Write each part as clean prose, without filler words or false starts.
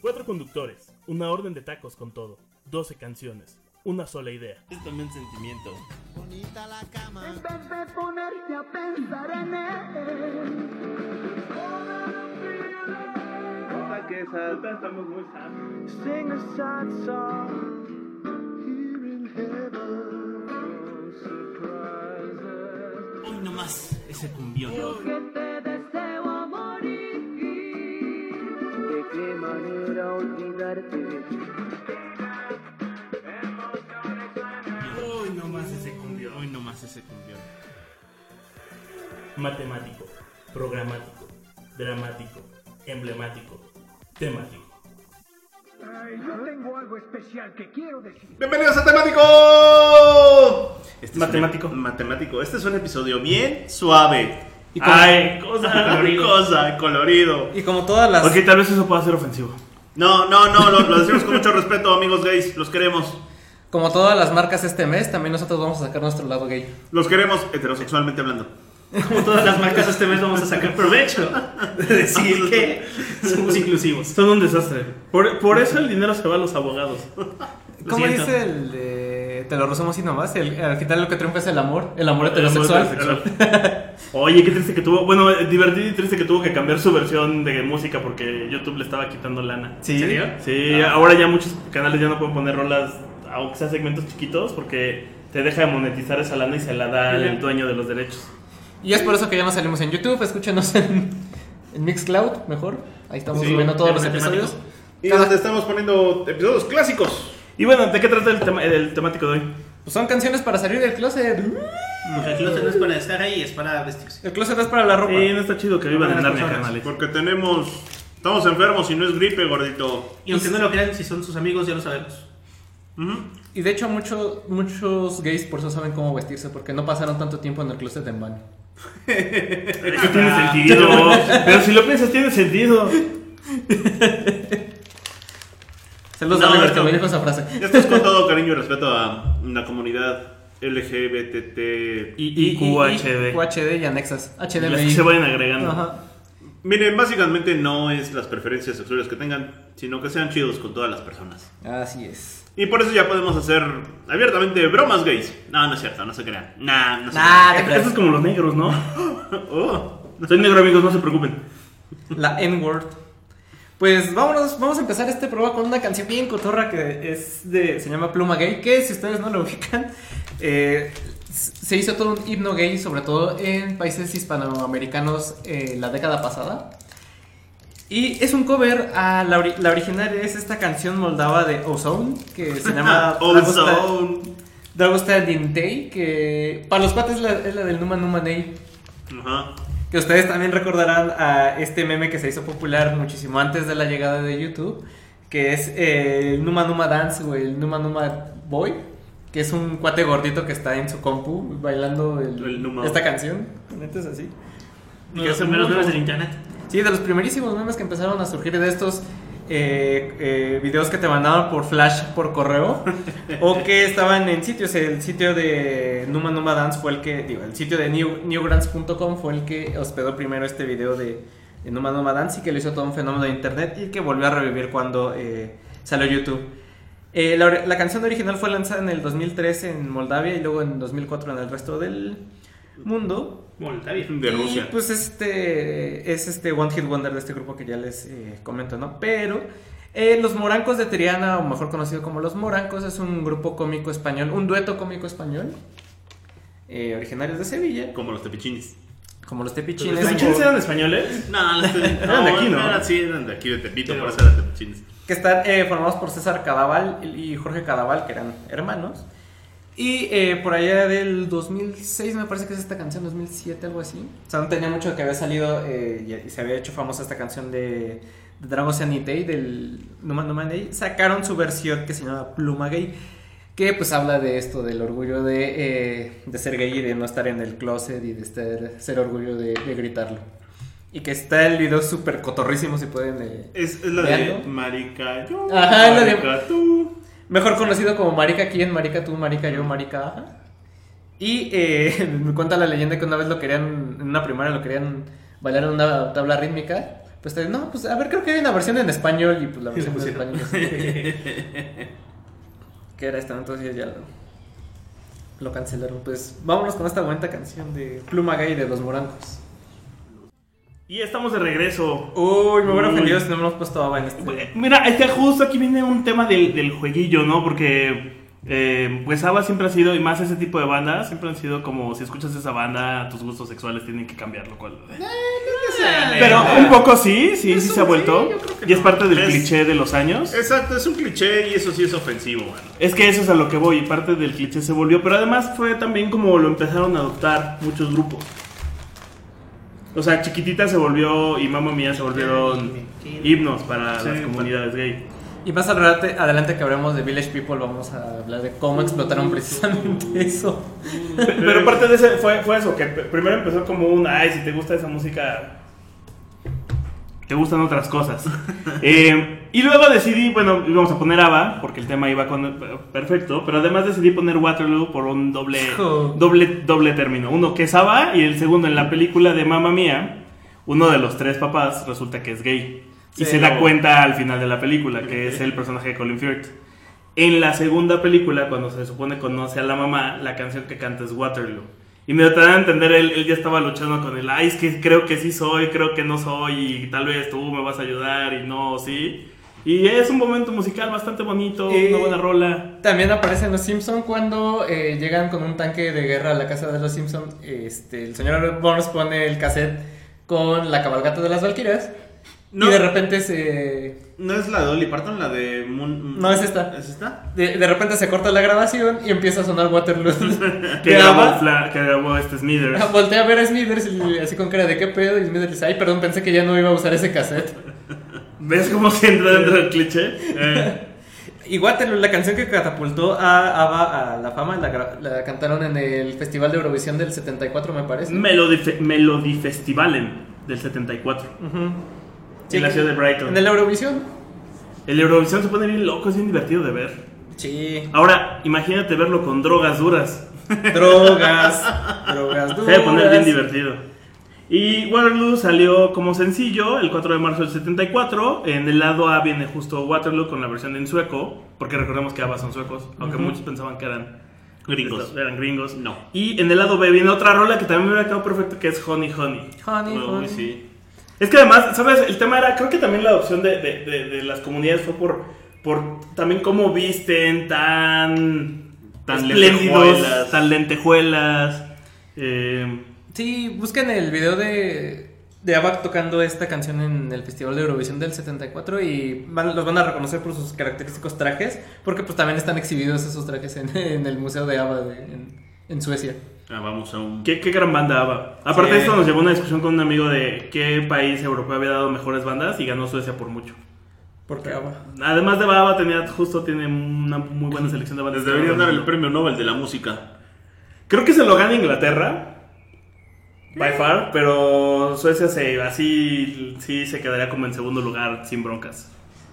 4 conductores, una orden de tacos con todo, 12 canciones, una sola idea. Es también sentimiento. Bonita la cama. En vez de ponerte a pensar en él. Estamos muy sanos. Sing a sad song. Here in heaven. No surprises. Hoy nomás ese cumbión. Yo que te deseo a morir. ¿De qué manera olvidarte? Hoy nomás ese cumbión. Hoy nomás ese cumbión. Matemático, programático, dramático, emblemático, temático. Ay, yo tengo algo especial que quiero decir. ¡Bienvenidos a Temático! Este Matemático. Matemático. Este es un episodio bien suave. Y como, Ay, cosa colorido. Cosa, colorido. y como todas las... Ok, tal vez eso pueda ser ofensivo. No, lo decimos con mucho respeto, amigos gays. Los queremos. Como todas las marcas este mes, también nosotros vamos a sacar nuestro lado gay. Los queremos heterosexualmente hablando. Como todas las marcas este mes vamos a sacar provecho de decir que somos inclusivos. Son un desastre. Por eso el dinero se va a los abogados. ¿Cómo siento. dice el de... Te lo resumo así nomás. Al final lo que triunfa es el amor heterosexual. Oye, qué triste que tuvo. Bueno, divertido y triste que tuvo que cambiar su versión de música porque YouTube le estaba quitando lana. ¿Sí? ¿En serio? Sí, ahora ya muchos canales ya no pueden poner rolas, aunque sea segmentos chiquitos, porque te deja de monetizar esa lana y se la da el dueño de los derechos. Y es por eso que ya no salimos en YouTube. Escúchenos en Mixcloud, mejor. Ahí estamos Sí, subiendo todos en los matemático. episodios. Y donde estamos poniendo episodios clásicos. Y bueno, ¿de qué trata el temático de hoy? Pues son canciones para salir del closet. Porque el closet no es para estar ahí, es para vestirse. El closet es para la ropa. Sí, no está chido que vivan en Las Narnia, personas. carnales. Porque estamos enfermos y no es gripe, gordito. Y aunque no lo crean, si son sus amigos, ya lo sabemos. Y de hecho muchos gays por eso saben cómo vestirse, porque no pasaron tanto tiempo en el closet en vano. Eso tiene sentido. Pero si lo piensas, tiene sentido. Saludos No, a Oliver, esto- que me dijo esa frase. Esto es con todo cariño y respeto a la comunidad LGBT. Y QHD. QHD y anexas. Las que HDMI. se vayan agregando. Ajá. Miren, básicamente no es las preferencias sexuales que tengan, sino que sean chidos con todas las personas. Así es. Y por eso ya podemos hacer abiertamente bromas gays. No, no es cierto, no se crean. No se Nah, te Eso creas. es como los negros, ¿no? crean. Oh. Soy negro, amigos, no se preocupen. La N-word. Pues vamos a empezar este programa con una canción bien cotorra que se llama Pluma Gay, que si ustedes no lo ubican, se hizo todo un himno gay, sobre todo en países hispanoamericanos la década pasada. Y es un cover a la original es esta canción moldava de Ozone, que se llama Ozone. Dagusta Dintei, que para los cuates es la del Numa Numa Ney. Ajá. Que ustedes también recordarán a este meme que se hizo popular muchísimo antes de la llegada de YouTube, que es el Numa Numa Dance o el Numa Numa Boy, que es un cuate gordito que está en su compu bailando El Numa. esta canción. Neta es así. De los primeros memes del internet. Sí, de los primerísimos memes que empezaron a surgir de estos videos que te mandaban por flash por correo o que estaban en sitios. El sitio de Numa Numa Dance fue el sitio de newgrounds.com fue el que hospedó primero este video de Numa Numa Dance y que lo hizo todo un fenómeno de internet y que volvió a revivir cuando salió YouTube. La canción original fue lanzada en el 2013 en Moldavia y luego en 2004 en el resto del mundo. Moldavia. De Rusia. Y pues es One Hit Wonder de este grupo que ya les comento, ¿no? Pero Los Morancos de Triana, o mejor conocido como Los Morancos, es un grupo cómico español, un dueto cómico español, originarios de Sevilla, Como los tepichines. como los ¿Los tepichines. tepichines eran españoles? No, Eran de aquí, ¿no? Sí, eran de aquí, de Tepito, Pero- por eso eran tepichines. Que están formados por César Cadaval y Jorge Cadaval, que eran hermanos. Y por allá del 2006, me parece que es esta canción, 2007, algo así. O sea, no tenía mucho que había salido y se había hecho famosa esta canción de Dragon Sanitei, del Numa Numa Ney. Sacaron su versión que se llama Pluma Gay, que pues habla de esto, del orgullo de ser gay y de no estar en el closet y de ser orgullo de gritarlo. Y que está el video súper cotorrísimo, si pueden... Es la de veanlo. Marica yo, Ajá, es la de- Marica tú. Mejor conocido como Marica quién, Marica tú, Marica yo, Marica ajá. Y me cuenta la leyenda que una vez en una primaria lo querían bailar en una tabla rítmica, Pues no, pues a ver, creo que hay una versión en español y pues la versión en español que era esta, entonces ya lo cancelaron. Pues vámonos con esta bonita canción de Pluma Gay de Los Morancos. Y estamos de regreso. Uy, me hubiera Uy. ofendido si no hemos puesto ABBA en este. Mira, es que justo aquí viene un tema del jueguillo, ¿no? Porque pues ABBA siempre ha sido, y más ese tipo de bandas, siempre han sido como si escuchas esa banda, tus gustos sexuales tienen que cambiar, lo cual... Pero un poco sí se ha vuelto. Y es parte del cliché de los años. Exacto, es un cliché y eso sí es ofensivo, mano. Es que eso es a lo que voy, y parte del cliché se volvió. Pero además fue también como lo empezaron a adoptar muchos grupos. O sea, Chiquitita se volvió y Mamma Mía se volvieron himnos para Sí, las comunidades gay. Y más adelante que hablemos de Village People, vamos a hablar de cómo explotaron precisamente eso. Pero parte de ese fue eso, que primero empezó como un, ay, si te gusta esa música, te gustan otras cosas. Y luego decidí, bueno, íbamos a poner ABBA, porque el tema iba perfecto, pero además decidí poner Waterloo por un doble término. Uno que es ABBA y el segundo, en la película de Mamma Mía, uno de los tres papás resulta que es gay. Y Sí, se da cuenta al final de la película, que es el personaje de Colin Firth. En la segunda película, cuando se supone conoce a la mamá, la canción que canta es Waterloo. Y me tratan de entender, él ya estaba luchando con el, ay, es que creo que sí soy, creo que no soy, y tal vez tú me vas a ayudar, y no, sí. Y es un momento musical bastante bonito, una buena rola. También aparece en Los Simpson cuando llegan con un tanque de guerra a la casa de Los Simpson. El señor Burns pone el cassette con la cabalgata de las Valquirias. No. Y de repente se... No es la de Dolly Parton, la de Moon... No, es esta. ¿Es esta? De repente se corta la grabación y empieza a sonar Waterloo. Que de grabó, ABBA. que grabó Smithers. Voltea a ver a Smithers y así con cara de qué pedo. Y Smithers dice, ay, perdón, pensé que ya no iba a usar ese cassette. ¿Ves cómo se entra dentro del cliché? Y Waterloo, la canción que catapultó a ABBA a la fama, la cantaron en el Festival de Eurovisión del 74, me parece. Melody Festivalen del 74. Sí, en la ciudad de Brighton. En el Eurovisión. El Eurovisión se pone bien loco, es bien divertido de ver. Sí. Ahora, imagínate verlo con drogas duras. Drogas duras. Se debe poner bien divertido. Y Waterloo salió como sencillo el 4 de marzo del 74. En el lado A viene justo Waterloo con la versión en sueco, porque recordemos que ABBA son suecos, aunque muchos pensaban que eran Gringos. Eran gringos. No. Y en el lado B viene otra rola que también me hubiera quedado perfecto, que es Honey Honey. Uy, sí. Es que además, ¿sabes? El tema era, creo que también la adopción de las comunidades fue por también cómo visten tan espléndidos, lentejuelas. tan lentejuelas. Sí, busquen el video de ABBA tocando esta canción en el Festival de Eurovisión del 74 y los van a reconocer por sus característicos trajes, porque pues también están exhibidos esos trajes en el museo de ABBA en Suecia. Vamos a un... ¿Qué gran banda ABBA? Aparte Sí. de esto nos llevó una discusión con un amigo de qué país europeo había dado mejores bandas y ganó Suecia por mucho. Porque ABBA. Además de ABBA tiene una muy buena selección de bandas. Les deberían dar el premio Nobel de la música. Creo que se lo gana Inglaterra, by far, pero Suecia sí se quedaría como en segundo lugar sin broncas.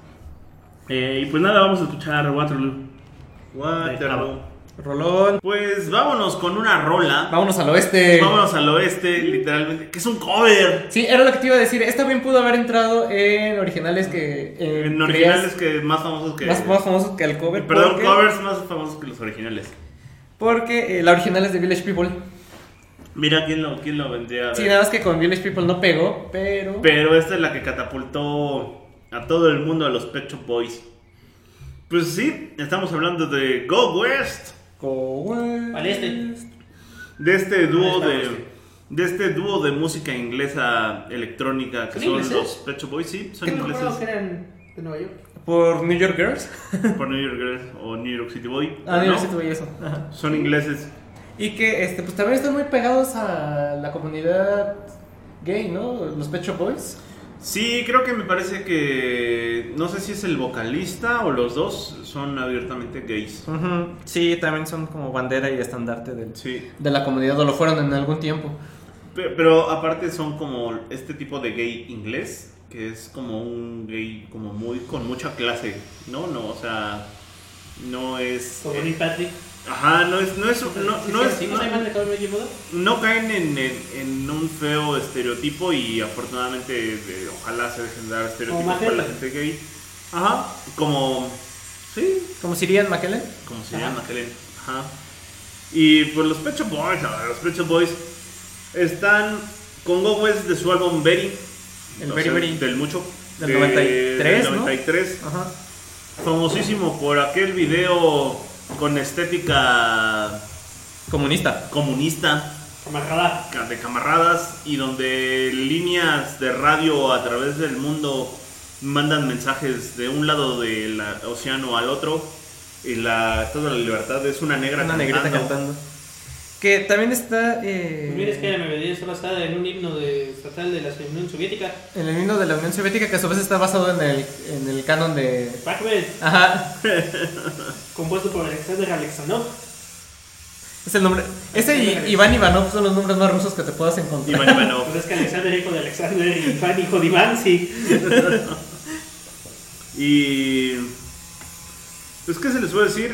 Y pues nada, vamos a escuchar Waterloo. Waterloo. Rolón. Pues vámonos con una rola. Vámonos al oeste. Vámonos al oeste, literalmente. Que es un cover. Sí, era lo que te iba a decir. Esta bien pudo haber entrado en originales que... En originales que más famosos que... Más famosos que el cover. Perdón, porque- covers más famosos que los originales. Porque la original es de Village People. Mira quién lo vendría a ver. Sí, nada más que con Village People no pegó, pero... Pero esta es la que catapultó a todo el mundo a los Pet Shop Boys. Pues sí, estamos hablando de Go West. Al este. De este dúo Al de este dúo de música inglesa electrónica que ¿Son son ingleses? los Pet Shop Boys, sí, son ¿Qué no ingleses. que eran de Nueva York? Por New York Girls. Por New York Girls o New York City Boy. Ah, New ¿no? York City Boy, eso. Ajá. Son ingleses. Y que pues también están muy pegados a la comunidad gay, ¿no? Los Pet Shop Boys. Sí, creo que me parece que no sé si es el vocalista o los dos son abiertamente gays. Sí, también son como bandera y estandarte Sí. de la comunidad, o lo fueron en algún tiempo. Pero aparte son como este tipo de gay inglés, que es como un gay como muy con mucha clase, ¿no, o sea, no es Como Nick Patrick. Ajá, no caen en un feo estereotipo y afortunadamente ojalá se dejen de dar estereotipos para la gente gay. Ajá, como ¿Como Sirian McKellen? como se llama McKellen. Ajá. Y pues los Pet Shop Boys, los Pet Shop Boys están con Go West de su álbum Very, El Very Very. del mucho Del 93, del 93, ¿no? Ajá. famosísimo por aquel video con estética Comunista. comunista Camarada. de camaradas y donde líneas de radio a través del mundo mandan mensajes de un lado del océano al otro y la Estatua de la Libertad es una negra Una negrita cantando. Que también está Mira, es que me veía está basada en un himno estatal de la Unión Soviética. en el himno de la Unión Soviética, que a su vez está basado en el canon de... Pac-Man, Ajá. compuesto por Alexander Alexanov. Es el nombre. Ese y Iván Ivanov son los nombres más rusos que te puedas encontrar. Iván Ivanov. Pues es que Alexander hijo de Alexander y Iván hijo de Iván, sí. Y pues qué se les puede decir,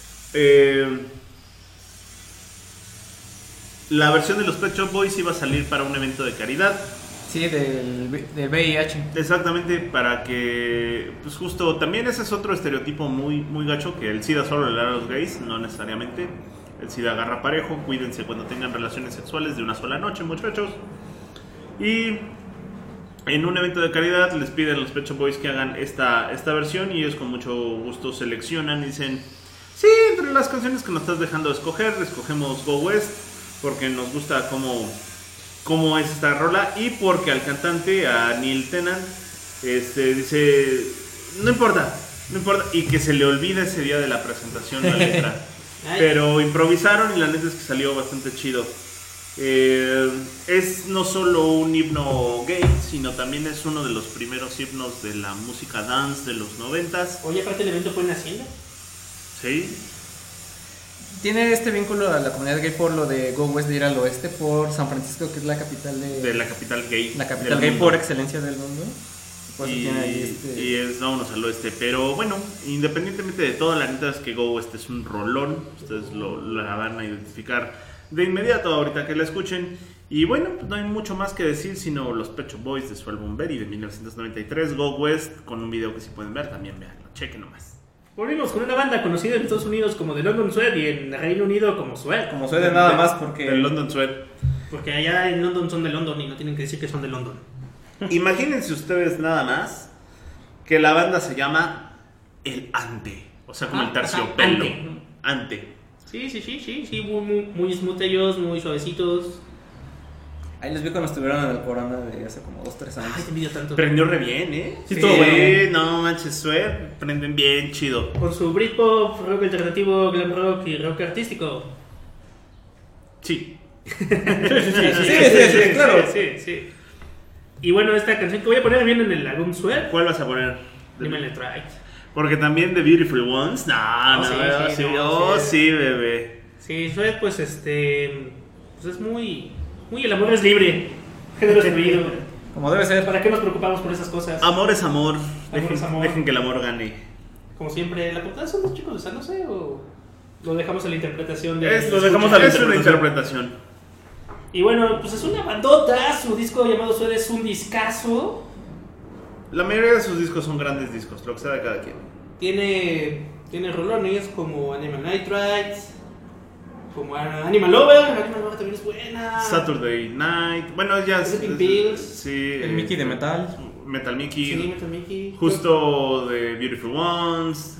la versión de los Pet Shop Boys iba a salir para un evento de caridad. Sí, del VIH. Exactamente, para que, pues justo, también ese es otro estereotipo muy, muy gacho, que el SIDA solo le da a los gays, no necesariamente. El SIDA agarra parejo, cuídense cuando tengan relaciones sexuales de una sola noche, muchachos. Y en un evento de caridad les piden a los Pet Shop Boys que hagan esta versión y ellos con mucho gusto seleccionan y dicen, sí, entre las canciones que nos estás dejando escoger, escogemos Go West, porque nos gusta cómo es esta rola y porque al cantante, a Neil Tennant, dice, no importa, y que se le olvida ese día de la presentación la letra. Pero improvisaron y la neta es que salió bastante chido. Es no solo un himno gay, sino también es uno de los primeros himnos de la música dance de los 90s. Oye, aparte el evento fue en Hacienda. Sí. Tiene este vínculo a la comunidad gay por lo de Go West de ir al oeste, por San Francisco, que es la capital de la capital gay. La capital del gay mundo. por excelencia del mundo. Por eso Y, tiene ahí y es vámonos al oeste. Pero bueno, independientemente de todo, la neta es que Go West es un rolón. Ustedes la van a identificar de inmediato ahorita que la escuchen. Y bueno, pues no hay mucho más que decir, sino los Pet Shop Boys de su álbum Very de 1993, Go West, con un video que si pueden ver, también veanlo, chequen nomás. Volvimos con una banda conocida en Estados Unidos como The London Sweat y en Reino Unido como Sweat. Como suele nada más porque... El London Sweat. Porque allá en London son de London y no tienen que decir que son de London. Imagínense ustedes nada más que la banda se llama El Ante, o sea, como el terciopelo. Ante. Sí, muy smooth ellos, muy suavecitos. Ahí les vi cuando estuvieron en el Corona de hace como 2-3 años. Ay, te envidio tanto. Prendió re bien, ¿eh? Sí, estuvo bueno. No manches, Sweat, prenden bien chido. Con su Britpop, rock alternativo, glam rock y rock artístico. Sí. Sí, claro. Sí. Y bueno, esta canción que voy a poner viene en el álbum Sweat. ¿Cuál vas a poner? Dime el Right. Porque también The Beautiful Ones. No, sí, bebé. Sí, Sweat, pues pues es muy el amor es libre. Género fluido. Como debe ser. ¿Para qué nos preocupamos por esas cosas? Amor es amor. Amor es amor. Dejen que el amor gane. Como siempre, la portada son los chicos de San José o lo dejamos a la interpretación de. Lo dejamos a la interpretación. Y bueno, pues es una bandota. Su disco llamado Sweat es un discazo. La mayoría de sus discos son grandes discos, lo que sea de cada quien. Tiene rolones como Animal Nitrite, como Animal Lover. Animal Lover también es buena. Saturday Night. Bueno, ya Sleeping Pills. Sí. El Mickey de Metal. Metal Mickey. Sí, Metal Mickey. Justo de Beautiful Ones.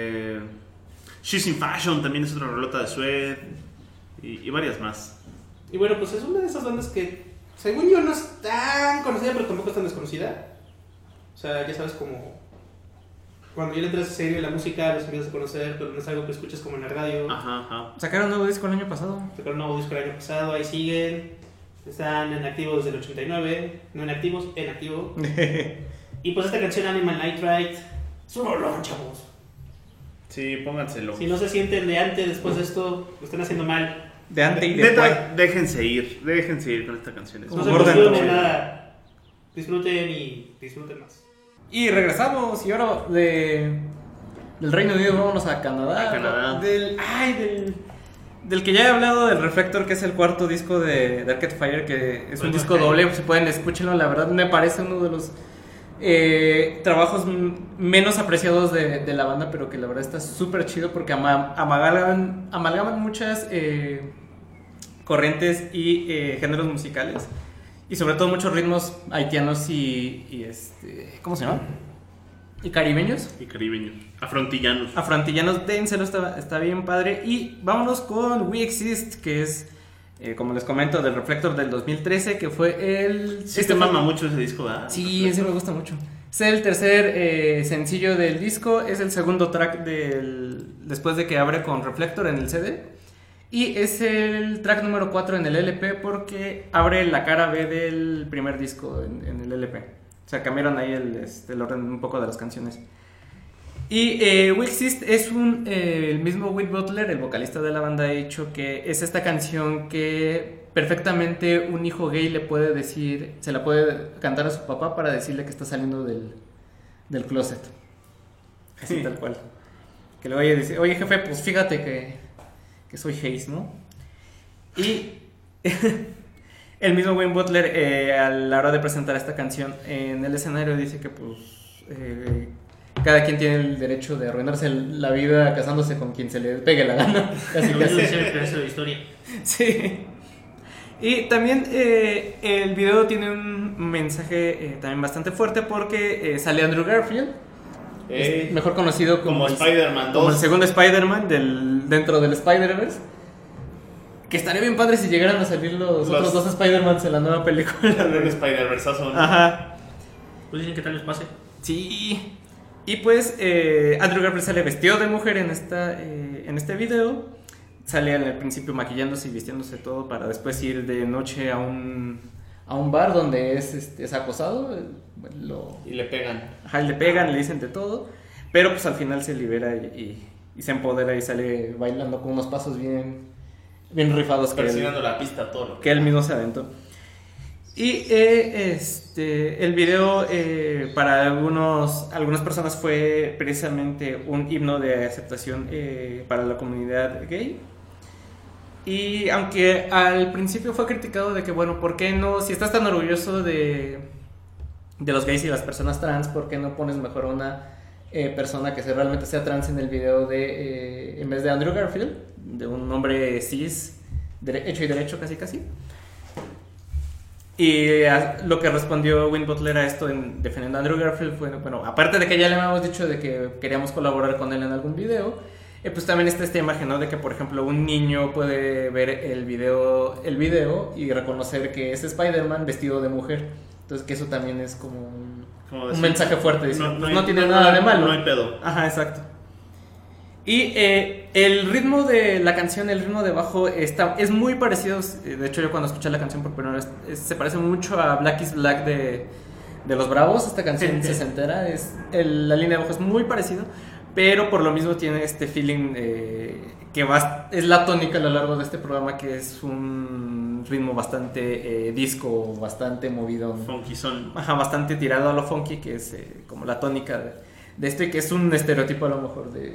She's in Fashion también es otra rolota de Sweat. Y varias más. Y bueno, pues es una de esas bandas que, según yo, no es tan conocida, pero tampoco es tan desconocida. O sea, ya sabes, como cuando ya le entras en serio a la música, los empiezas a conocer, pero no es algo que escuchas como en la radio. Ajá. Sacaron un nuevo disco el año pasado. Sacaron un nuevo disco el año pasado, ahí siguen. Están en activo desde el 89. No en activos, en activo. Y pues esta canción Animal Nitrite es un rolón, chavos. Sí, pónganselo. Si no se sienten de antes después de esto, lo están haciendo mal. De antes y Neta, después. déjense ir con esta canción. No se Gordon emocionen Boy. nada. Disfruten y disfruten más. Y regresamos y ahora Del Reino Unido vámonos a Canadá. A Canadá. Del que ya he hablado, del Reflector, que es el cuarto disco de Arcade Fire, que es un disco doble, si pueden escúchenlo, la verdad me parece uno de los trabajos menos apreciados de la banda, pero que la verdad está súper chido porque amalgaman muchas corrientes y géneros musicales, y sobre todo muchos ritmos haitianos y ¿cómo se llama? Y caribeños. Y caribeños. Afrontillanos. Afrontillanos, dénselo, está bien padre. Y vámonos con We Exist, que es, como les comento, del Reflector del 2013, que fue el... Sí, te mama mucho ese disco, ¿verdad? Sí, ese me gusta mucho. Es el tercer sencillo del disco, es el segundo track después de que abre con Reflector en el CD. Y es el track número 4 en el LP porque abre la cara B del primer disco en el LP. O sea, cambiaron ahí el orden un poco de las canciones. Y We Exist es el mismo Will Butler, el vocalista de la banda, ha dicho que es esta canción que perfectamente un hijo gay le puede decir, se la puede cantar a su papá para decirle que está saliendo del closet. Así Sí. tal cual. Que le vaya a decir, oye jefe, pues fíjate que soy Hayes, ¿no? Y el mismo Wayne Butler, a la hora de presentar esta canción en el escenario, dice que pues cada quien tiene el derecho de arruinarse la vida casándose con quien se le pegue la gana. Casi, casi. Esa de historia. Sí. Y también el video tiene un mensaje también bastante fuerte porque sale Andrew Garfield, mejor conocido Como el, Spider-Man 2. como el segundo Spider-Man dentro del Spider-Verse. Que estaría bien padre si llegaran a salir los otros dos Spider-Mans en la nueva película. Un Spider-Versazo, ¿no? Ajá. Pues dicen que tal les pase. Sí. Y pues Andrew Garfield sale vestido de mujer en este video. Sale al principio maquillándose y vistiéndose todo para después ir de noche a un bar donde es acosado. Y le pegan. Ajá, y le pegan, le dicen de todo. Pero pues al final se libera y se empodera y sale bailando con unos pasos bien rifados Persiguiendo la pista todo. que él mismo se aventó. Y el video para algunas personas fue precisamente un himno de aceptación para la comunidad gay. Y aunque al principio fue criticado de que, bueno, ¿por qué no? Si estás tan orgulloso de los gays y las personas trans, ¿por qué no pones mejor a una persona que realmente sea trans en el video en vez de Andrew Garfield, de un hombre cis, hecho y derecho casi? Y lo que respondió Wayne Butler a esto defendiendo a Andrew Garfield fue, bueno, aparte de que ya le habíamos dicho de que queríamos colaborar con él en algún video, pues también está esta imagen, ¿no? De que, por ejemplo, un niño puede ver el video y reconocer que es Spider-Man vestido de mujer. Entonces que eso también es como un mensaje fuerte, diciendo, no tiene nada de malo. No hay pedo. Ajá, exacto. Y el ritmo de la canción, el ritmo de bajo es muy parecido. De hecho, yo cuando escuché la canción por primera vez se parece mucho a Black is Black de Los Bravos. Esta canción sesentera, la línea de bajo es muy parecido, pero por lo mismo tiene este feeling que es la tónica a lo largo de este programa, que es un ritmo bastante disco, bastante movido, Funky son. ajá, bastante tirado a lo funky, que es como la tónica de esto, y que es un estereotipo a lo mejor de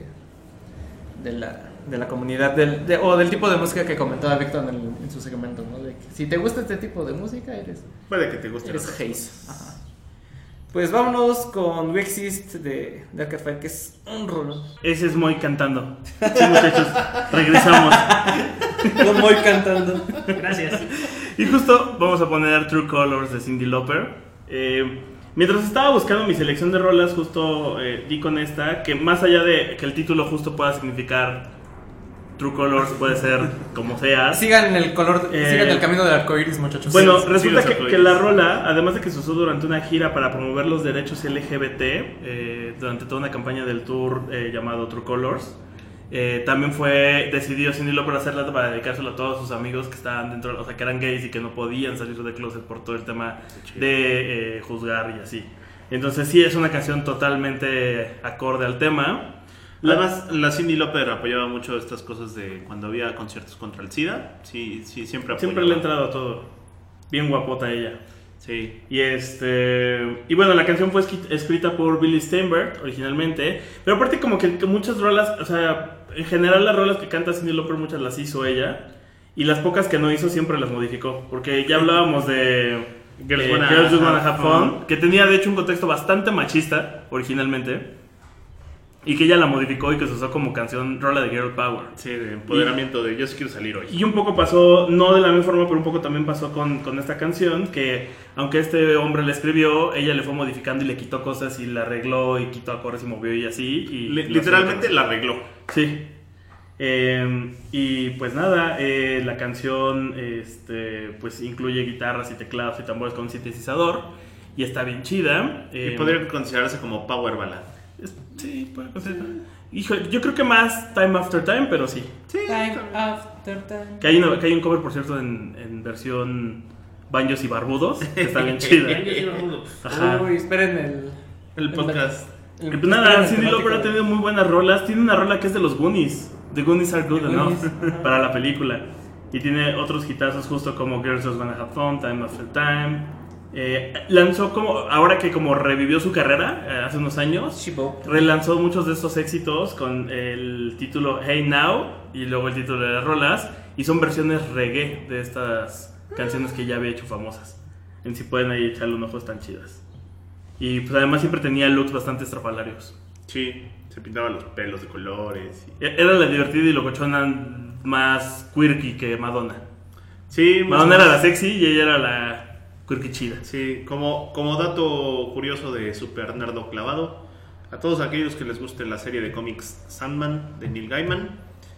la comunidad o del tipo de música que comentaba Víctor en su segmento, ¿no? De que si te gusta este tipo de música Puede que te guste. eres Hayes. Ajá. Pues vámonos con We Exist de Arcade Fire, que es un rollo. Ese es Moy cantando. Sí, muchachos, regresamos. Lo voy cantando. Gracias. Y justo vamos a poner True Colors de Cyndi Lauper. Mientras estaba buscando mi selección de rolas, justo di con esta, que más allá de que el título justo pueda significar True Colors, puede ser como sea. Sigan el camino del arcoiris, muchachos. Bueno, Sí, resulta sí, que la rola, además de que se usó durante una gira para promover los derechos LGBT, durante toda una campaña del tour llamado True Colors, también decidió Cyndi Lauper hacerla para dedicárselo a todos sus amigos que estaban dentro, o sea, que eran gays y que no podían salir del closet por todo el tema de juzgar y así. Entonces sí, es una canción totalmente acorde al tema. Además, la Cyndi Lauper apoyaba mucho estas cosas de cuando había conciertos contra el SIDA. Sí, siempre apoyaba. Siempre le ha entrado a todo. Bien guapota ella. Sí. Y bueno, la canción fue escrita por Billy Steinberg originalmente, pero aparte como que muchas rolas, o sea, en general las rolas que canta Cyndi Lauper muchas las hizo ella, y las pocas que no hizo siempre las modificó, porque ya hablábamos de Girls Just Wanna Have Fun, que tenía de hecho un contexto bastante machista originalmente, y que ella la modificó y que se usó como canción, rola de Girl Power. Sí, de empoderamiento, de yo sí quiero salir hoy. Y un poco pasó, no de la misma forma, pero un poco también pasó con esta canción, que aunque este hombre la escribió, ella le fue modificando y le quitó cosas y la arregló y quitó acordes y movió y así. Y Literalmente la arregló. Sí. Y pues nada, la canción pues incluye guitarras y teclados y tambores con sintetizador y está bien chida. Y podría considerarse como power ballad. Sí, puede considerar. Híjole, yo creo que más Time After Time, pero sí. Time after time. Que hay un cover, por cierto, en versión Banjos y Barbudos, que está bien chida. Ajá. Uy, esperen El podcast. Y pues nada, Cyndi Lauper ha tenido muy buenas rolas. Tiene una rola que es de los Goonies. The Goonies are good enough para la película. Y tiene otros hitazos justo como Girls Just Wanna Have Fun, Time After Time. Lanzó ahora que como revivió su carrera hace unos años, relanzó muchos de estos éxitos con el título Hey Now y luego el título de las rolas, y son versiones reggae de estas canciones que ya había hecho famosas. En si pueden ahí echarle un ojo, están chidas. Y pues además siempre tenía looks bastante estrafalarios. Sí, se pintaban los pelos de colores. Era la divertida y locochona más quirky que Madonna. Sí, Madonna era la sexy y ella era la quirky chida. Sí, como dato curioso de Super Nerdo Clavado, a todos aquellos que les guste la serie de cómics Sandman de Neil Gaiman,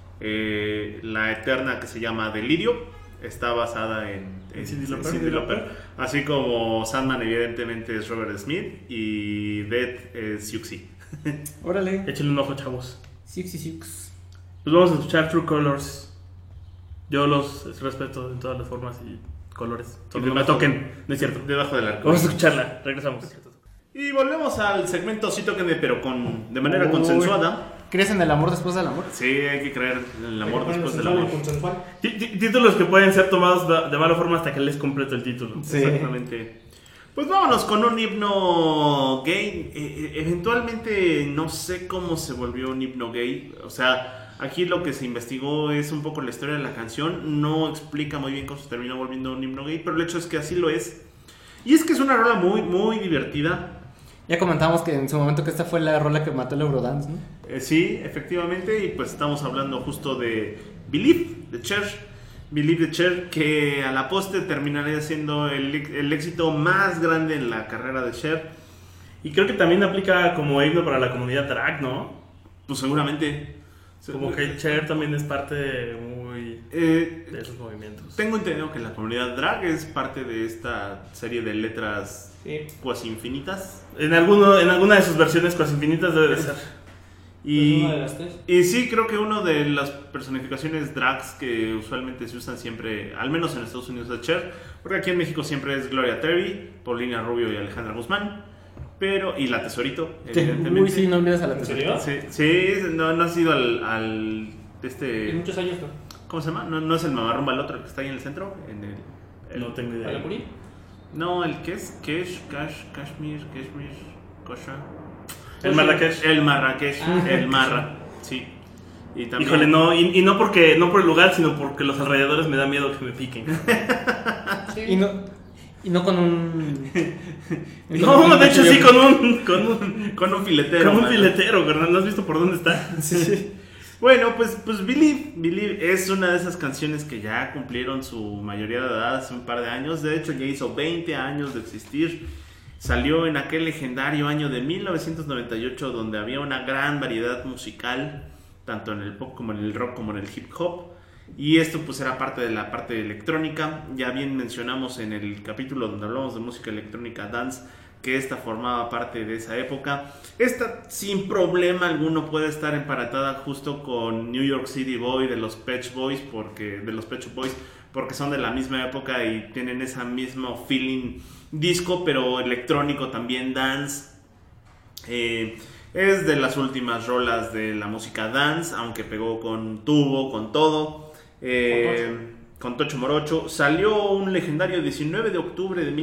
la eterna que se llama Delirio está basada en Cyndi Lauper. Así como Sandman evidentemente es Robert Smith y Death es Siouxsie. Órale. Échenle un ojo, chavos. Six. Pues vamos a escuchar True Colors. Yo los respeto en todas las formas y colores. Solo no me toquen, no es cierto. Debajo del arco. Vamos a escucharla, regresamos. Y volvemos al segmento Sí Tóquenme, pero de manera consensuada. ¿Crees en el amor después del amor? Sí, hay que creer en el amor después del amor. Títulos que pueden ser tomados de mala forma hasta que les completo el título. Sí. Exactamente. Pues vámonos con un himno gay. Eventualmente no sé cómo se volvió un himno gay. O sea, aquí lo que se investigó es un poco la historia de la canción. No explica muy bien cómo se terminó volviendo un himno gay, pero el hecho es que así lo es. Y es que es una rola muy, muy divertida. Ya comentamos que en su momento que esta fue la rola que mató el Eurodance, ¿no? Sí, efectivamente. Y pues estamos hablando justo de Believe de Cher. Believe the Cher, que a la postre terminaría siendo el éxito más grande en la carrera de Cher. Y creo que también aplica como himno para la comunidad drag, ¿no? Pues seguramente. Como que Cher también es parte muy de esos movimientos. Tengo entendido que la comunidad drag es parte de esta serie de letras cuasi infinitas. En alguna de sus versiones cuasi infinitas debe de ser. Y sí, creo que una de las personificaciones drags que usualmente se usan siempre, al menos en Estados Unidos, de Cher, porque aquí en México siempre es Gloria Trevi, Paulina Rubio y Alejandra Guzmán, y la Tesorito, evidentemente. Uy, sí, no olvides a la Tesorito. Sí, no has ido al En muchos años no. ¿Cómo se llama? No es el Mamarrumba, el otro el que está ahí en el centro. No tengo idea. ¿Alapurí? No, el que es Kashmir, Kosha. El Marrakech. El Marra, sí. Y también... Híjole, no, y no por el lugar, sino porque los alrededores me da miedo que me piquen. Sí. Y no con un... No, de hecho sí, con un filetero. Con un filetero, ¿verdad? ¿No has visto por dónde está? Sí. Bueno, pues Believe es una de esas canciones que ya cumplieron su mayoría de edad hace un par de años. De hecho, ya hizo 20 años de existir. Salió en aquel legendario año de 1998, donde había una gran variedad musical, tanto en el pop como en el rock como en el hip hop. Y esto pues era parte de la parte electrónica. Ya bien mencionamos en el capítulo donde hablamos de música electrónica dance que esta formaba parte de esa época. Esta sin problema alguno puede estar emparentada justo con New York City Boy de los Pet Shop Boys porque son de la misma época y tienen ese mismo feeling disco, pero electrónico también, dance. Es de las últimas rolas de la música dance, aunque pegó con tubo, con todo. con Tocho Morocho. Salió un legendario 19 de octubre de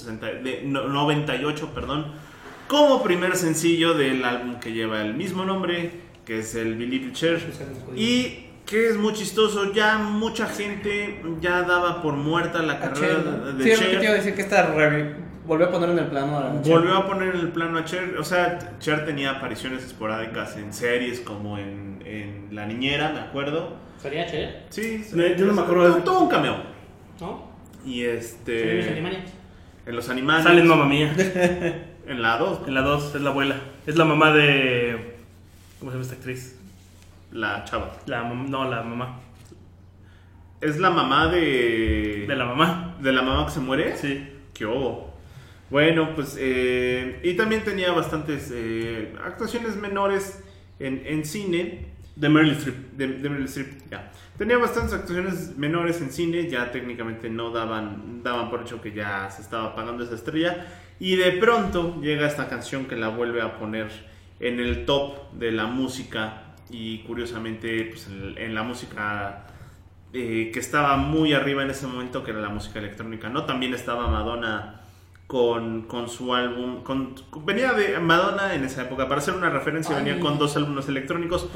98, como primer sencillo del álbum que lleva el mismo nombre, que es el Believe de Cher. Y que es muy chistoso, ya mucha gente ya daba por muerta la carrera de sí, Cher. Sí, es lo que te iba a decir, que volvió a poner en el plano a Cher. Volvió a poner en el plano a Cher. O sea, Cher tenía apariciones esporádicas en series como en La Niñera, me acuerdo. ¿Sería Cher? Sí, Yo no me acuerdo de todo un cameo. ¿No? Y ¿Sería los Animaniacs? en los animales. Sale en Mamma Mía. En la 2. En la 2 es la abuela. Es la mamá de... ¿Cómo se llama esta actriz? La chava. La mamá. Es la mamá de. De la mamá. ¿De la mamá que se muere? Sí. ¿Qué hubo? Bueno, pues. Y también tenía bastantes actuaciones menores en cine. De Meryl Streep. De Meryl Streep, ya. Tenía bastantes actuaciones menores en cine. Ya técnicamente no daban por hecho que ya se estaba apagando esa estrella. Y de pronto llega esta canción que la vuelve a poner en el top de la música. Y curiosamente, pues en la música que estaba muy arriba en ese momento, que era la música electrónica, ¿no? También estaba Madonna con su álbum. Venía de Madonna en esa época, para hacer una referencia, venía con 2 álbumes electrónicos.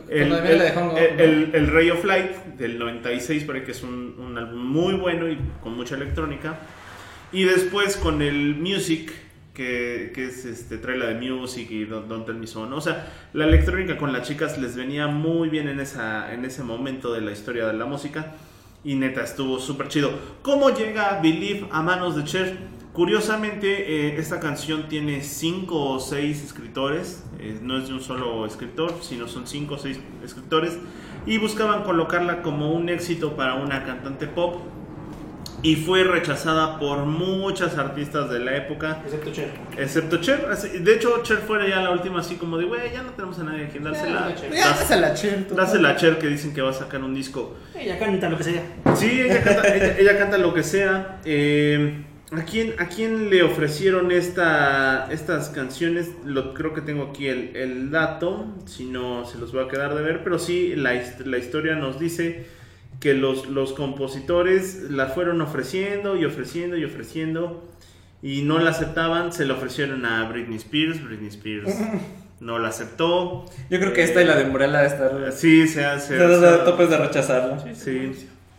El Ray of Light del 96, por ahí, que es un álbum muy bueno y con mucha electrónica. Y después con el Music, que es trae la de Music y Don't Tell Me So, ¿no? O sea, la electrónica con las chicas les venía muy bien en ese momento de la historia de la música. Y neta, estuvo súper chido. ¿Cómo llega Believe a manos de Cher? Curiosamente, esta canción tiene 5 o 6 escritores. No es de un solo escritor, sino son 5 o 6 escritores. Y buscaban colocarla como un éxito para una cantante pop. Y fue rechazada por muchas artistas de la época. Excepto Cher. De hecho, Cher fue ya la última así como de, güey, ya no tenemos a nadie a quien dársela. Dásela a Cher. Dásela a Cher, que dicen que va a sacar un disco. Ella canta lo que sea. Sí, ella canta lo que sea. ¿A quién le ofrecieron estas canciones? Creo que tengo aquí el dato. Si no, se los voy a quedar de ver. Pero sí, la historia nos dice que los compositores la fueron ofreciendo y no la aceptaban. Se la ofrecieron a Britney Spears no la aceptó. Yo creo que esta y la de Morella de estar... Sí, se hace topes de rechazarla. Sí.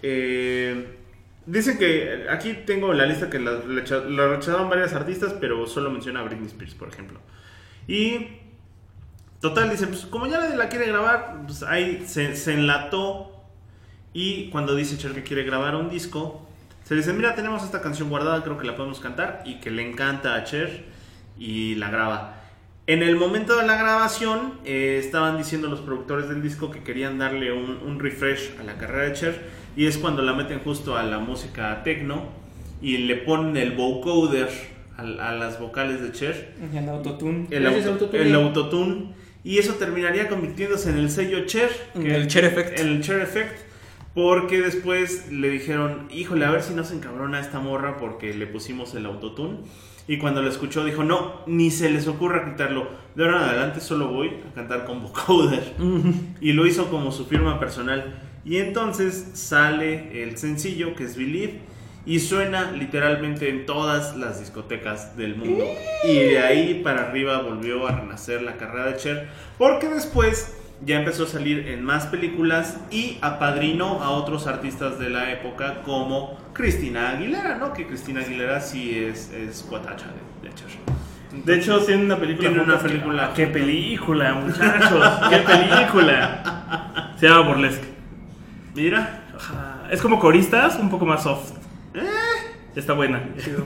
Dicen que aquí tengo la lista que la rechazaron varias artistas, pero solo menciona a Britney Spears, por ejemplo. Y total, dicen, pues como ya nadie la quiere grabar, pues ahí se enlató. Y cuando dice Cher que quiere grabar un disco, se dice, mira, tenemos esta canción guardada, creo que la podemos cantar. Y que le encanta a Cher y la graba. En el momento de la grabación, estaban diciendo los productores del disco que querían darle un refresh a la carrera de Cher. Y es cuando la meten justo a la música techno y le ponen el vocoder a las vocales de Cher. El autotune. El autotune. Y eso terminaría convirtiéndose en el sello Cher. El Cher Effect. El Cher Effect. Porque después le dijeron, híjole, a ver si no se encabrona esta morra porque le pusimos el autotune. Y cuando lo escuchó dijo, no, ni se les ocurra quitarlo. De ahora en adelante solo voy a cantar con vocoder. Y lo hizo como su firma personal. Y entonces sale el sencillo, que es Believe, y suena literalmente en todas las discotecas del mundo. Y de ahí para arriba volvió a renacer la carrera de Cher, porque después ya empezó a salir en más películas y apadrinó a otros artistas de la época como Christina Aguilera, ¿no? Que Christina Aguilera sí es cuatacha de Cher. Entonces, de hecho, tiene una película. ¿Qué película, muchachos? ¿Qué película? Se llama Burlesque. Mira. Es como Coristas, un poco más soft. Está buena.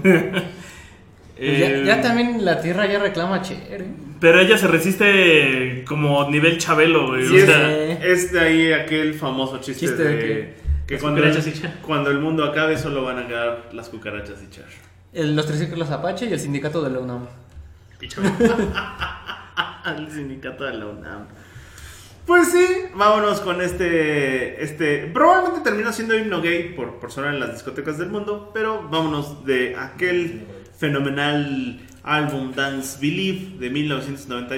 Ya también la tierra ya reclama a Cher, Pero ella se resiste como nivel Chabelo, güey. Sí, es de ahí aquel famoso chiste de que cuando el mundo acabe solo van a quedar las cucarachas y Cher. Los triciclos Apache y el sindicato de la UNAM. El sindicato de la UNAM. Pues sí, vámonos con este probablemente terminó siendo himno gay por sonar en las discotecas del mundo, pero vámonos de aquel fenomenal álbum Dance Believe de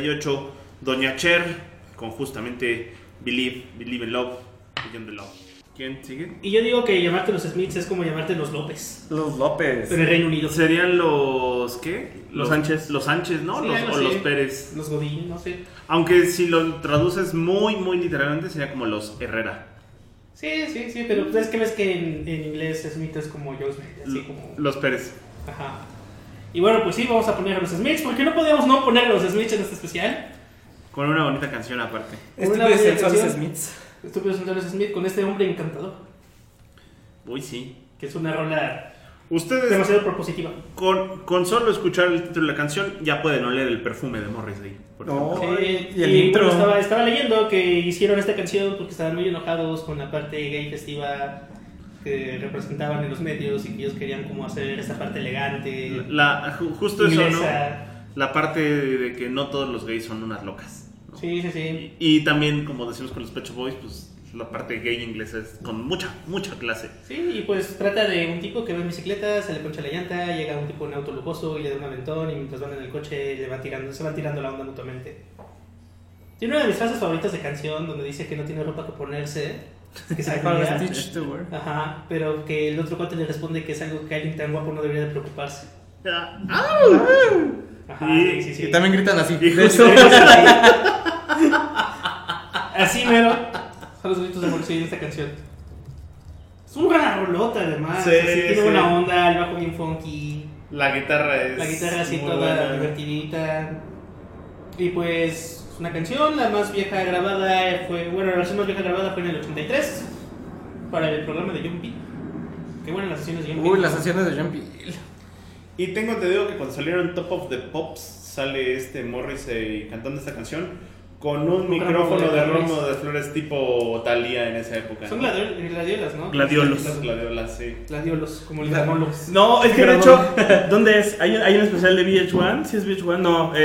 1998, Doña Cher, con justamente Believe in Love, Beyond the Love. ¿Quién sigue? Y yo digo que llamarte los Smiths es como llamarte los López. Los López. En el Reino Unido. Serían los... ¿qué? Los Sánchez. Los Sánchez, ¿no? Sí, Los, algo o así. los Pérez. Los Godín, no sé. Aunque si lo traduces muy, muy literalmente sería como los Herrera. Sí, pero es que ves que en inglés Smith es como Joe Smith, así como... Los Pérez. Ajá. Y bueno, pues sí, vamos a poner a los Smiths, porque no podíamos no poner a los Smiths en este especial. Con una bonita canción aparte. Una Estúpidos bonita sensuales canción. Smiths. Estúpidos Sensuales Smith con este hombre encantador, Uy, sí. que es una rola Ustedes demasiado propositiva. con solo escuchar el título de la canción ya pueden oler el perfume de Morrissey. Por No. ejemplo. Sí, y el intro. bueno, estaba leyendo que hicieron esta canción porque estaban muy enojados con la parte gay festiva que representaban en los medios y que ellos querían como hacer esa parte elegante, Justo eso, ¿no? inglesa. La parte de que no todos los gays son unas locas, ¿no? Sí. Y también, como decimos con los Pet Shop Boys, pues la parte gay inglesa es con mucha clase. Sí, y pues trata de un tipo que va en bicicleta, se le poncha la llanta, llega un tipo en auto lujoso y le da un aventón y mientras van en el coche se van tirando la onda mutuamente. Tiene una de mis frases favoritas de canción donde dice que no tiene ropa que ponerse, que se Para la Stitch to wear. Ajá, pero que el otro cuate le responde que es algo que alguien tan guapo no debería de preocuparse. Ajá, sí. Y también gritan así. Y De justo- hecho, Así mero son los gritos de Morrissey en esta canción. Es una rolota además, Sí, así, tiene sí. buena onda, el bajo bien funky. La guitarra es La guitarra así muy toda buena. divertidita. Y pues una canción, la más vieja grabada fue, bueno, la versión más vieja grabada fue en el 83 para el programa de John Peel. Qué buenas las sesiones de John Peel. Uy, las sesiones de John Peel. Y tengo entendido que cuando salieron Top of the Pops sale Morrissey cantando esta canción con un micrófono de Romo de Flores tipo Thalía en esa época. Son ¿no? gladiolas, ¿no? Gladiolos. Las gladiolas, sí. Gladiolos, como el granólogo. No, es que de Pero hecho, ¿dónde es? ¿Hay un especial de VH1? ¿Sí es VH1? No,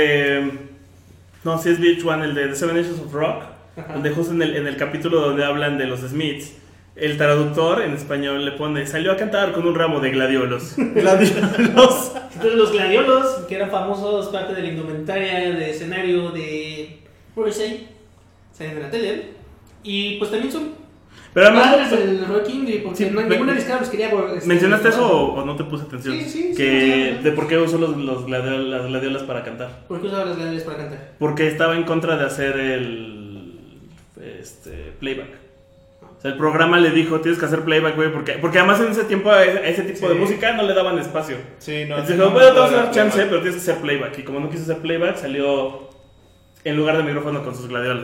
no, sí es VH1, el de The Seven Nations of Rock, Ajá. donde justo en el capítulo donde hablan de los Smiths, el traductor en español le pone, salió a cantar con un ramo de gladiolos. Gladiolos. Entonces los gladiolos, que eran famosos, parte de la indumentaria de escenario de Morrissey, salen de la tele. Y pues también son Pero además, padres del rock indie, porque Sí, ninguna disquera los quería... ¿mencionaste eso o no te puse atención? Sí, Que, sí. ¿de por qué usó las gladiolas para cantar? ¿Por qué usaba las gladiolas para cantar? Porque estaba en contra de hacer el playback. O sea, el programa le dijo, tienes que hacer playback, güey, porque además en ese tiempo a ese tipo de música no le daban espacio. Sí, no. Entonces dijo, bueno, te vas a dar chance, pero tienes que hacer playback. Y como no quiso hacer playback, salió en lugar de micrófono con sus gladiolas.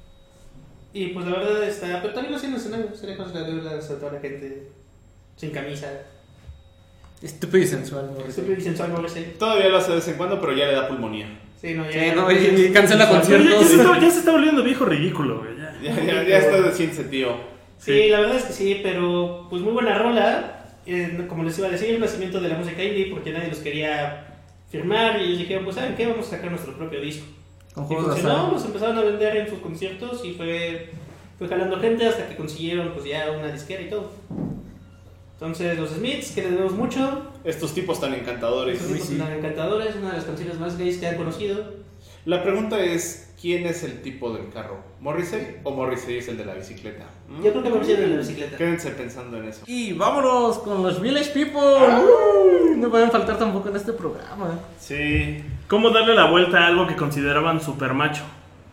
Y pues la verdad está... Pero también lo hacían en el escenario, sería con las gladiolas a toda la gente sin camisa. Estúpido y sensual. Estúpido y sensual Morrissey. Todavía lo hace de vez en cuando, pero ya le da pulmonía. Sí, no, Sí, no, y cancela Pero conciertos. ya se está volviendo viejo ridículo, güey. Ya está de ciencia, tío. Sí, la verdad es que sí, pero pues muy buena rola. Como les iba a decir, el nacimiento de la música indie, porque nadie los quería firmar y ellos dijeron, pues ¿saben qué? Vamos a sacar nuestro propio disco. Con Y juegos de funcionó, azar. los empezaron a vender en sus conciertos y fue jalando gente hasta que consiguieron pues ya una disquera y todo. Entonces los Smiths, que les debemos mucho, Estos tipos tan encantadores. estos tipos tan encantadores, una de las canciones más gays que han conocido. La pregunta es, ¿quién es el tipo del carro? ¿Morrissey o Morrissey es el de la bicicleta? Yo creo que me pusieron en la bicicleta. Quédense pensando en eso. Y vámonos con los Village People. No pueden faltar tampoco en este programa. Sí. ¿Cómo darle la vuelta a algo que consideraban super macho?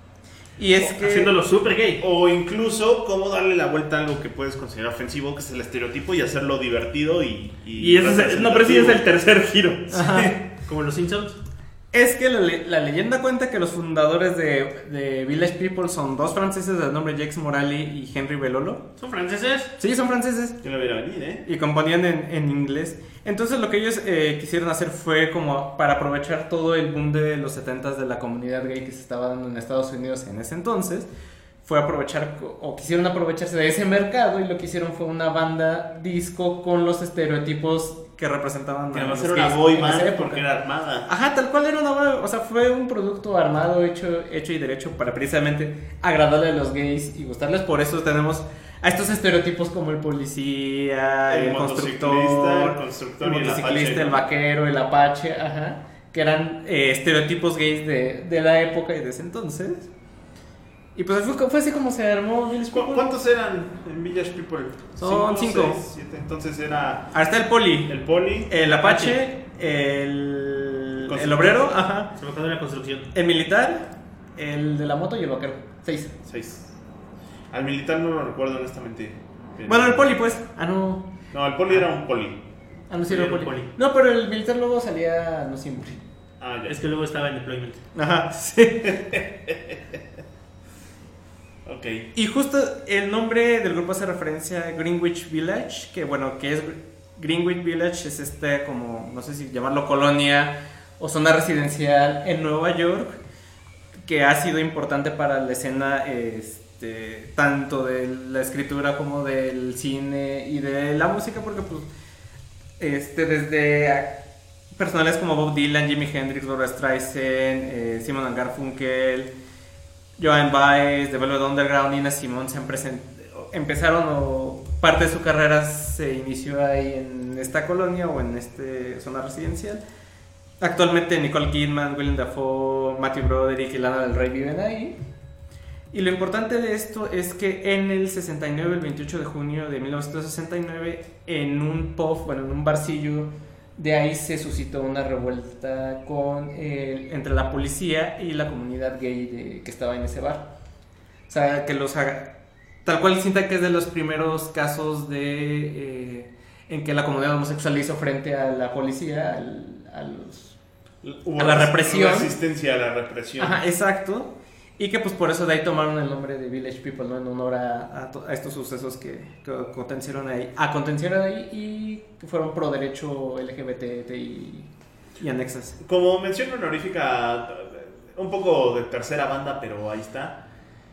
Y es que... Haciéndolo super gay. O incluso, cómo darle la vuelta a algo que puedes considerar ofensivo, que es el estereotipo, y hacerlo divertido Y ese es, no, pero sí es el tercer giro. Como los Simpsons. Es que la leyenda cuenta que los fundadores de Village People son dos franceses de nombre Jacques Morali y Henry Belolo. ¿Son franceses? Sí, son franceses. Yo no hubiera venido, ¿eh? Y componían en inglés. Entonces lo que ellos quisieron hacer fue como para aprovechar todo el boom de los 70s de la comunidad gay que se estaba dando en Estados Unidos en ese entonces. Fue aprovechar, o quisieron aprovecharse de ese mercado, y lo que hicieron fue una banda disco con los estereotipos que representaban Que a además los era una gays boy en esa band época. porque era armada. Ajá, tal cual era una boy, o sea, fue un producto armado, hecho y derecho para precisamente agradarle a los gays y gustarles. Por eso tenemos a estos estereotipos como el policía, el constructor, el y el motociclista, apache, el ¿no? vaquero, el apache, ajá, que eran estereotipos gays de la época y de ese entonces. Y pues fue así como se armó Village People. ¿Cuántos eran en Village People? Son 5. 6, 7. Entonces era Hasta el Poli, el Poli, el Apache, el obrero, ajá, Se me acabó la construcción. el militar, el de la moto y el vaquero. 6. 6. Al militar no lo recuerdo honestamente. Pero- Bueno, el Poli pues. No, No, el Poli era un Poli. sí era el Poli. No, pero el militar luego salía no siempre. Ah, ya. Es que luego estaba en deployment. Ajá, sí. Ok. Y justo el nombre del grupo hace referencia a Greenwich Village, que bueno, que es Greenwich Village, es como, no sé si llamarlo colonia o zona residencial en Nueva York, que ha sido importante para la escena tanto de la escritura como del cine y de la música, porque pues desde personales como Bob Dylan, Jimi Hendrix, Barbra Streisand, Simon & Garfunkel, Joan Baez, The Velvet Underground, Nina Simone empezaron o parte de su carrera se inició ahí en esta colonia o en esta zona residencial. Actualmente Nicole Kidman, Willem Dafoe, Matthew Broderick y Lana Del Rey viven ahí. Y lo importante de esto es que en el 69, el 28 de junio de 1969, en un pub, en un barcillo, de ahí se suscitó una revuelta entre la policía y la comunidad gay que estaba en ese bar. O sea, que tal cual sienta que es de los primeros casos en que la comunidad homosexual hizo frente a la policía, Hubo a la represión. Resistencia a la represión. Ajá, exacto. Y que pues por eso de ahí tomaron el nombre de Village People, ¿no? En honor a estos sucesos que acontecieron ahí y que fueron pro derecho LGBT y anexas. Como mención honorífica, un poco de tercera banda, pero ahí está.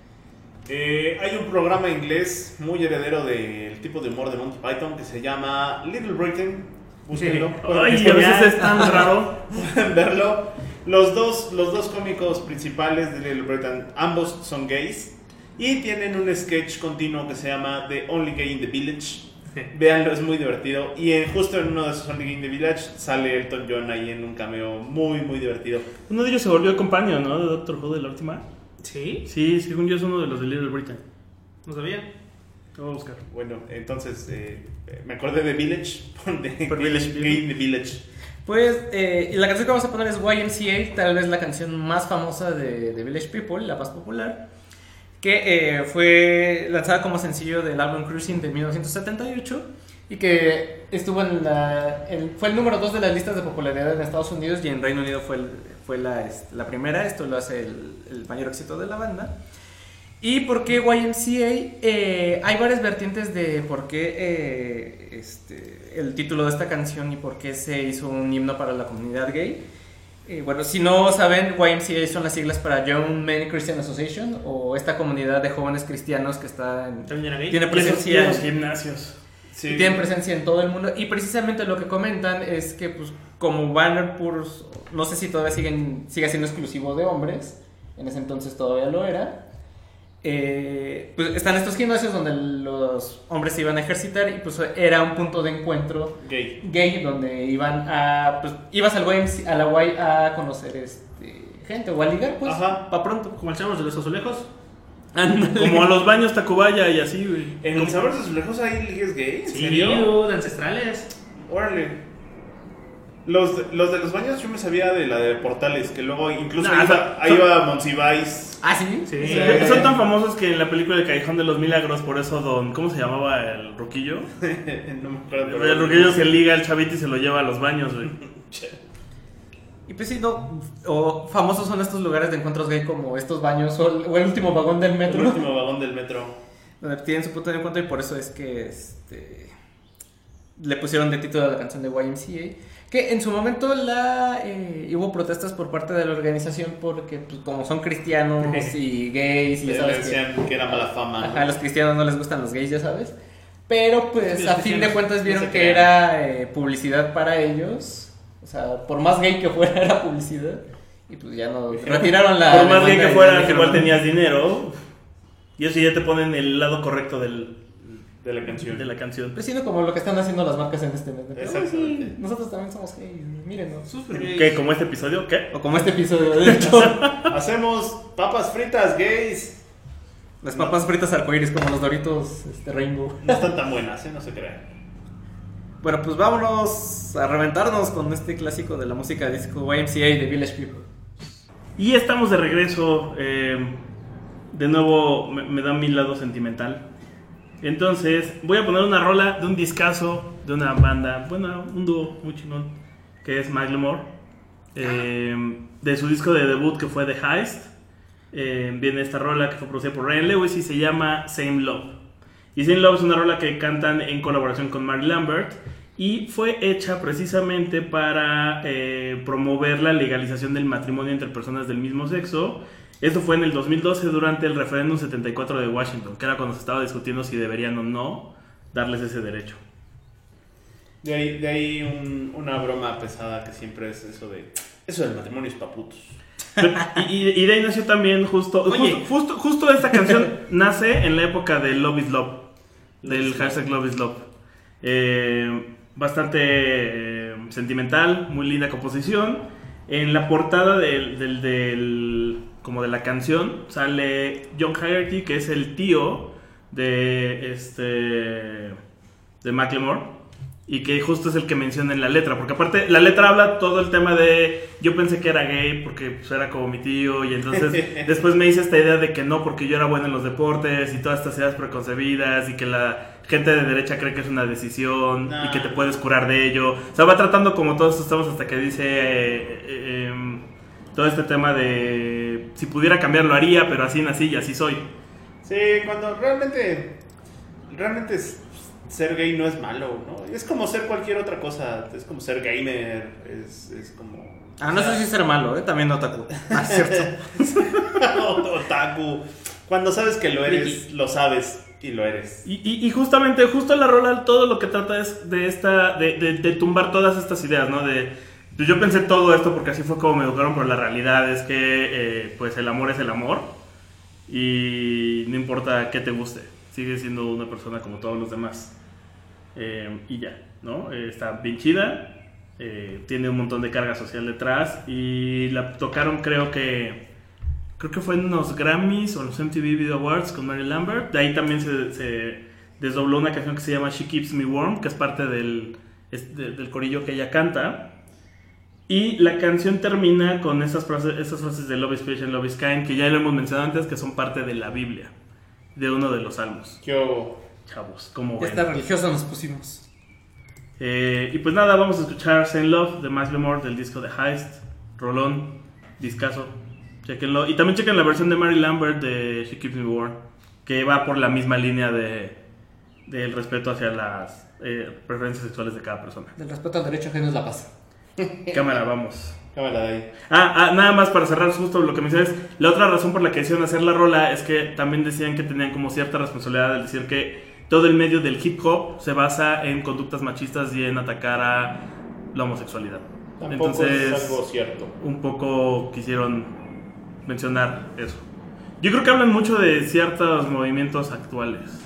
Hay un programa inglés muy heredero del tipo de humor de Monty Python que se llama Little Britain. Búsquenlo. Ay, a veces es tan raro. Pueden verlo. Los dos cómicos principales de Little Britain, ambos son gays y tienen un sketch continuo que se llama The Only Gay in the Village. Véanlo, es muy divertido. Y justo en uno de esos Only Gay in the Village sale Elton John ahí en un cameo muy, muy divertido. Uno de ellos se volvió compañero, ¿no? De Doctor Who de la última. ¿Sí? Sí, según yo es uno de los de Little Britain. No sabía. Lo voy a buscar. Bueno, entonces me acordé de Village. Por Village Gay in the Village. Pues la canción que vamos a poner es YMCA, tal vez la canción más famosa de Village People, la más popular, que fue lanzada como sencillo del álbum Cruising de 1978 y que estuvo fue el número 2 de las listas de popularidad en Estados Unidos y en Reino Unido fue la primera. Esto lo hace el mayor éxito de la banda. ¿Y por qué YMCA? Hay varias vertientes de por qué el título de esta canción y por qué se hizo un himno para la comunidad gay. Bueno, si no saben, YMCA son las siglas para Young Men Christian Association, o esta comunidad de jóvenes cristianos que ¿También era gay? tiene Y presencia esos gimnasios. Sí. tienen presencia en todo el mundo. Y precisamente lo que comentan es que pues como Banner Purs, no sé si todavía sigue siendo exclusivo de hombres, en ese entonces todavía lo era. Pues están estos gimnasios donde los hombres se iban a ejercitar y pues era un punto de encuentro gay donde ibas a la Y a conocer gente o a ligar, pues, Ajá. pa' pronto. Como el Sabor de los Azulejos. Como a los baños Tacubaya y así, güey. ¿En el Sabor de sus Lejos hay ligues gay? ¿En Sí, serio? de ancestrales. Órale. Los de los baños yo me sabía de la de Portales, que luego incluso Nah, ahí iba Monsiváis. Ah, sí, Sí. Son tan famosos que en la película de Callejón de los Milagros, por eso ¿cómo se llamaba el ruquillo? No me acuerdo. El ruquillo se liga al chavito y se lo lleva a los baños, güey. Y pues sí, o famosos son estos lugares de encuentros gay como estos baños o el último vagón del metro. El último vagón del metro. Donde tienen su punto de encuentro y por eso es que le pusieron de título a la canción de YMCA. Que en su momento hubo protestas por parte de la organización porque pues, como son cristianos y gays y ya Le sabes decían que era mala fama. ajá, a los cristianos no les gustan los gays, ya sabes. Pero pues Sí, a los fin de cristianos cuentas vieron no se que crean. era publicidad para ellos. O sea, por más gay que fuera era publicidad. Y pues ya no retiraron la Por más bien demanda que y fueras, dijeron, igual tenías dinero. Y eso ya te ponen el lado correcto De la canción. de la canción. Pues sino como lo que están haciendo las marcas en este mes. Exactamente. Sí, nosotros también somos gays, mírenos. Súper ¿Qué? gays. ¿Como este episodio? ¿Qué? O como este episodio, de hecho. Hacemos papas fritas gays. Las papas fritas arcoíris como los Doritos Rainbow. No están tan buenas, no se crean. Bueno, pues vámonos a reventarnos con este clásico de la música disco YMCA de Village People. Y estamos de regreso. De nuevo me da mi lado sentimental. Entonces voy a poner una rola de un discazo de una banda, bueno, un dúo muy chingón, que es Macklemore. De su disco de debut que fue The Heist. Viene esta rola que fue producida por Ryan Lewis y se llama Same Love. Y Same Love es una rola que cantan en colaboración con Mary Lambert y fue hecha precisamente para promover la legalización del matrimonio entre personas del mismo sexo. Esto fue en el 2012 durante el referéndum 74 de Washington, que era cuando se estaba discutiendo si deberían o no darles ese derecho. De ahí una broma pesada que siempre es eso del matrimonio es pa' putos. Y de ahí nació también justo esta canción nace en la época de Love is Love, del hashtag Love is Love. Bastante sentimental, muy linda composición. En la portada como de la canción sale John Haggerty, que es el tío de Macklemore. Y que justo es el que menciona en la letra, porque aparte la letra habla todo el tema de yo pensé que era gay porque pues, era como mi tío, y entonces después me hice esta idea de que no, porque yo era bueno en los deportes y todas estas ideas preconcebidas y que la gente de derecha cree que es una decisión y que te puedes curar de ello. O sea, va tratando como todos estos temas hasta que dice todo este tema de si pudiera cambiar lo haría, pero así nací y así soy. Sí, cuando realmente ser gay no es malo, ¿no? Es como ser cualquier otra cosa. Es como ser gamer. Es como... No sé si ser malo, también otaku. Es cierto. Otaku. Cuando sabes que lo eres, lo sabes y lo eres. Y justamente, justo la rola, todo lo que trata es de tumbar todas estas ideas, ¿no? Pues yo pensé todo esto porque así fue como me educaron, pero la realidad es que pues el amor es el amor. Y no importa qué te guste. Sigue siendo una persona como todos los demás. Y ya, ¿no? Está bien chida. Tiene un montón de carga social detrás. Y la tocaron, creo que fue en unos Grammys o los MTV Video Awards con Mary Lambert. De ahí también se desdobló una canción que se llama She Keeps Me Warm, que es parte del corillo que ella canta. Y la canción termina con esas frases de Love is Patient, Love is Kind, que ya lo hemos mencionado antes, que son parte de la Biblia, de uno de los salmos. Chavos, como esta religiosa nos pusimos. Y pues nada, vamos a escuchar Same Love de Macklemore del disco The Heist. Rolón, discazo, chequenlo. Y también chequen la versión de Mary Lambert de She Keeps Me Warm, que va por la misma línea del respeto hacia las preferencias sexuales de cada persona. Del respeto al derecho ajeno es la paz. Cámara, vamos. Cámara de ahí. Nada más para cerrar justo lo que me dices. La otra razón por la que hicieron hacer la rola es que también decían que tenían como cierta responsabilidad al decir que todo el medio del hip hop se basa en conductas machistas y en atacar a la homosexualidad. Tampoco Entonces, es algo cierto. Un poco quisieron mencionar eso. Yo creo que hablan mucho de ciertos movimientos actuales.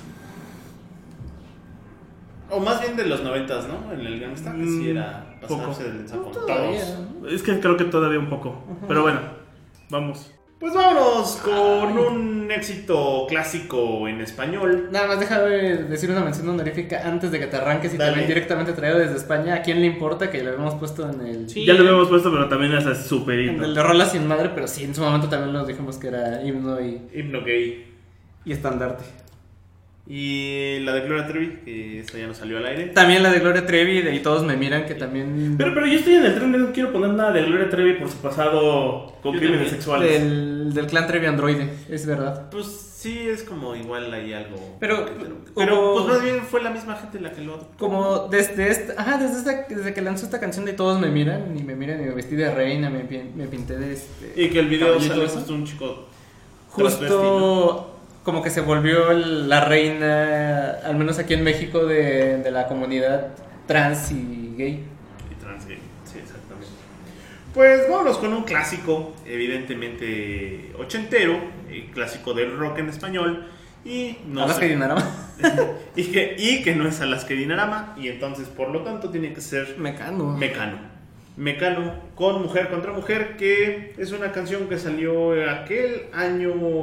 O más bien de los 90s, ¿no? En el Gangsta que sí era pasarse del lanza con todos. Es que creo que todavía un poco. Pero bueno, vamos. Pues vámonos con un éxito clásico en español. Nada más déjame decir una mención honorífica antes de que te arranques y Dale. también directamente traído desde España. ¿A quién le importa que lo habíamos puesto en el... Sí. Ya lo habíamos puesto, pero también es súper En himno. el de Rola Sin Madre, pero sí, en su momento también nos dijimos que era himno Himno gay. y estandarte. Y la de Gloria Trevi, que esta ya no salió al aire. También la de Gloria Trevi, de ahí todos me miran, que también... Pero yo estoy en el tren de no quiero poner nada de Gloria Trevi por su pasado con Yo crímenes también. sexuales. Del clan Trevi Androide, es verdad. Pues sí, es como igual ahí algo. Pero pues más bien fue la misma gente la que lo... Como desde que lanzó esta canción de Todos me miran, y me vestí de reina, me pinté de Y que el video cabello y sale todo eso. justo un chico Justo como que se volvió la reina, al menos aquí en México, de la comunidad trans y gay. y trans gay. Sí, exactamente. Pues vámonos con un clásico, evidentemente ochentero, clásico del rock en español. Y no Alaska sé- y Dinarama. y que no es Alaska y Dinarama, y entonces por lo tanto tiene que ser Mecano. Mecano con Mujer contra Mujer, que es una canción que salió aquel año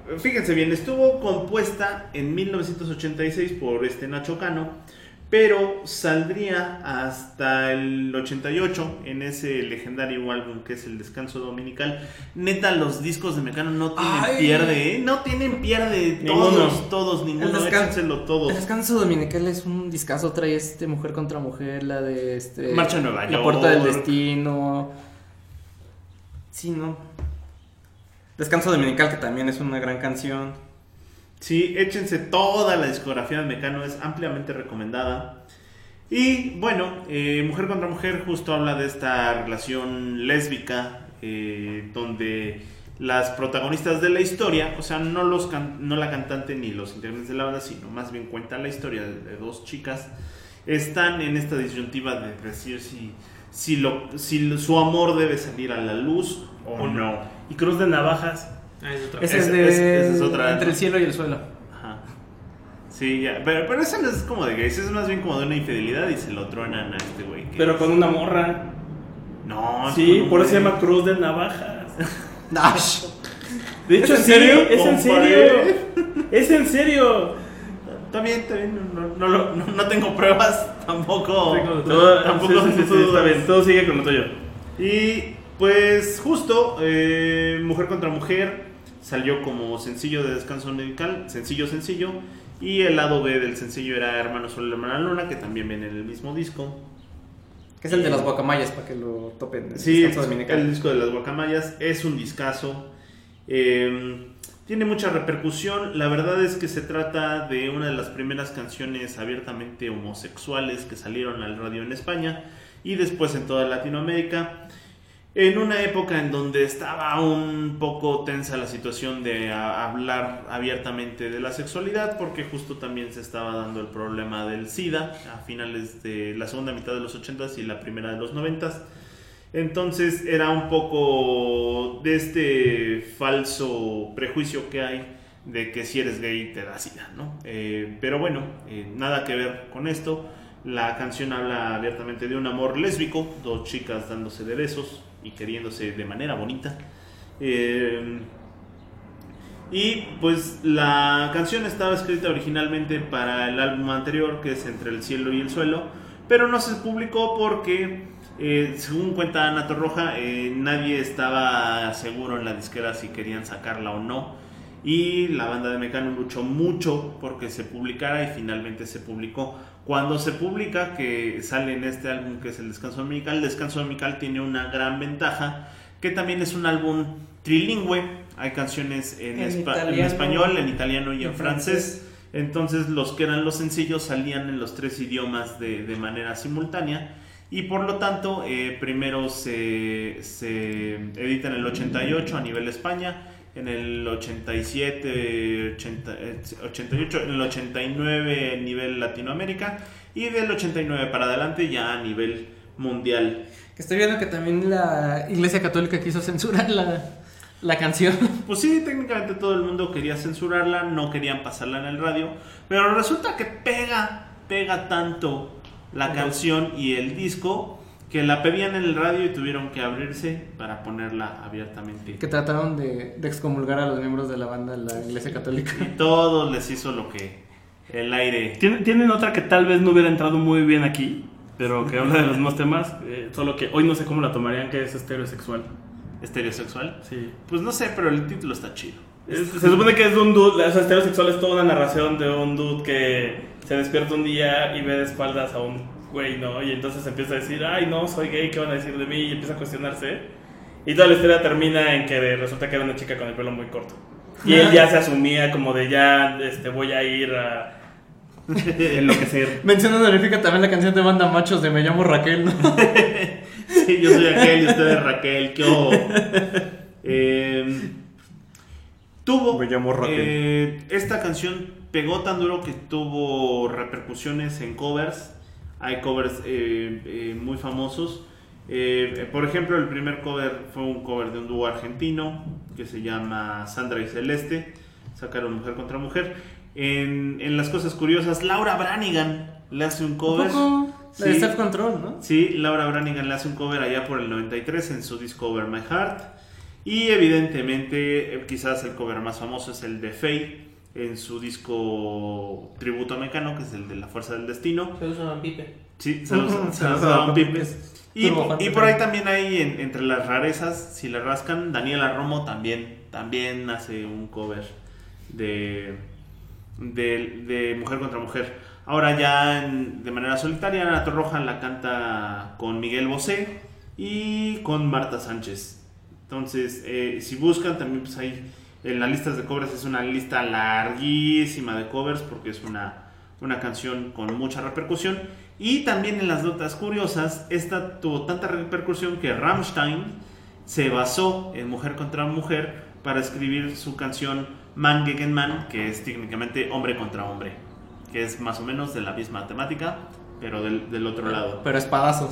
fíjense bien, estuvo compuesta en 1986 por Nacho Cano, pero saldría hasta el 88 en ese legendario álbum que es El Descanso Dominical. Neta, los discos de Mecano no tienen pierde, ¿eh? No tienen pierde. Todos, ninguno. Échenselo todos. El Descanso Dominical es un discazo. Trae Mujer contra Mujer, la de Marcha en Nueva York, La Puerta del Destino. Sí, no. Descanso Dominical, que también es una gran canción. Sí, échense toda la discografía de Mecano, es ampliamente recomendada. Y bueno, Mujer contra Mujer justo habla de esta relación lésbica, donde las protagonistas de la historia, o sea, no la cantante ni los integrantes de la banda, sino más bien cuenta la historia de dos chicas, están en esta disyuntiva de decir si su amor debe salir a la luz o no. Y Cruz de Navajas. Esa es otra. Entre el cielo y el suelo. Ajá. Sí, ya. Pero esa no es como de gays, es más bien como de una infidelidad y se lo truenan a este güey. Pero con una morra. No, sí, por eso se llama Cruz de Navajas. De hecho, ¿en serio? ¿Es en serio? ¿Es en serio? Está bien. No tengo pruebas, tampoco. Está bien, todo sigue con lo tuyo. Y pues justo, Mujer contra Mujer salió como sencillo de Descanso Dominical, sencillo, y el lado B del sencillo era Hermano Sol y Hermana Luna, que también viene en el mismo disco. Que es el de las guacamayas, para que lo topen. Sí, el disco de las guacamayas es un discazo. Tiene mucha repercusión. La verdad es que se trata de una de las primeras canciones abiertamente homosexuales que salieron al radio en España y después en toda Latinoamérica. En una época en donde estaba un poco tensa la situación de hablar abiertamente de la sexualidad, porque justo también se estaba dando el problema del SIDA a finales de la segunda mitad de los 80s y la primera de los 90s. Entonces era un poco de este falso prejuicio que hay de que si eres gay te da SIDA, ¿no? Pero bueno, nada que ver con esto. La canción habla abiertamente de un amor lésbico, dos chicas dándose de besos y queriéndose de manera bonita. Y pues la canción estaba escrita originalmente para el álbum anterior, que es Entre el Cielo y el Suelo, pero no se publicó porque, según cuenta Ana Torroja, nadie estaba seguro en la disquera si querían sacarla o no. Y la banda de Mecano luchó mucho porque se publicara y finalmente se publicó. Cuando se publica, que sale en este álbum que es El Descanso Dominical tiene una gran ventaja, que también es un álbum trilingüe. Hay canciones en español, en italiano y en francés. Entonces los que eran los sencillos salían en los tres idiomas de manera simultánea. Y por lo tanto, primero se edita en el 88 a nivel España, en el 87, 88, en el 89 a nivel Latinoamérica y del 89 para adelante ya a nivel mundial. Que estoy viendo que también la Iglesia Católica quiso censurar la canción. Pues sí, técnicamente todo el mundo quería censurarla, no querían pasarla en el radio, pero resulta que pega tanto la canción y el disco que la pedían en el radio y tuvieron que abrirse para ponerla abiertamente. Que trataron de excomulgar a los miembros de la banda de la Iglesia Católica. Y todo les hizo lo que el aire... Tienen otra que tal vez no hubiera entrado muy bien aquí, pero que habla de los mismos temas, solo que hoy no sé cómo la tomarían, que es Estereosexual. ¿Estereosexual? Sí. Pues no sé, pero el título está chido. Se supone que es de un dude, o sea, Estereosexual es toda una narración de un dude que se despierta un día y ve de espaldas a un güey, ¿no? Y entonces empieza a decir, ay, no, soy gay, ¿qué van a decir de mí? Y empieza a cuestionarse. Y toda la historia termina en que resulta que era una chica con el pelo muy corto. Y él ya se asumía como de ya, voy a ir a enloquecer. Mención honorífica también la canción de Banda Machos de Me llamo Raquel, ¿no? Sí, yo soy aquel y usted es Raquel, ¿qué hubo? Me llamo Raquel. Esta canción pegó tan duro que tuvo repercusiones en covers. Hay covers muy famosos. Por ejemplo, el primer cover fue un cover de un dúo argentino que se llama Sandra y Celeste. Sacaron Mujer contra Mujer. En las cosas curiosas, Laura Branigan le hace un cover. La de Self-Control, ¿no? Sí, Laura Branigan le hace un cover allá por el 93 en su disco Over My Heart. Y evidentemente, quizás el cover más famoso es el de Faye en su disco tributo a Mecano, que es el de La Fuerza del Destino. Se usa Pipe. Sí, se los daban pipes. Y por ahí también hay, entre las rarezas, si le rascan, Daniela Romo también hace un cover de Mujer contra Mujer. Ahora ya de manera solitaria, Ana Torroja la canta con Miguel Bosé y con Marta Sánchez. Entonces, si buscan, también pues ahí en las listas de covers es una lista larguísima de covers porque es una canción con mucha repercusión. Y también en las notas curiosas, esta tuvo tanta repercusión que Rammstein se basó en Mujer contra Mujer para escribir su canción Man gegen Man, que es técnicamente hombre contra hombre, que es más o menos de la misma temática, pero del otro lado. Pero espadazos.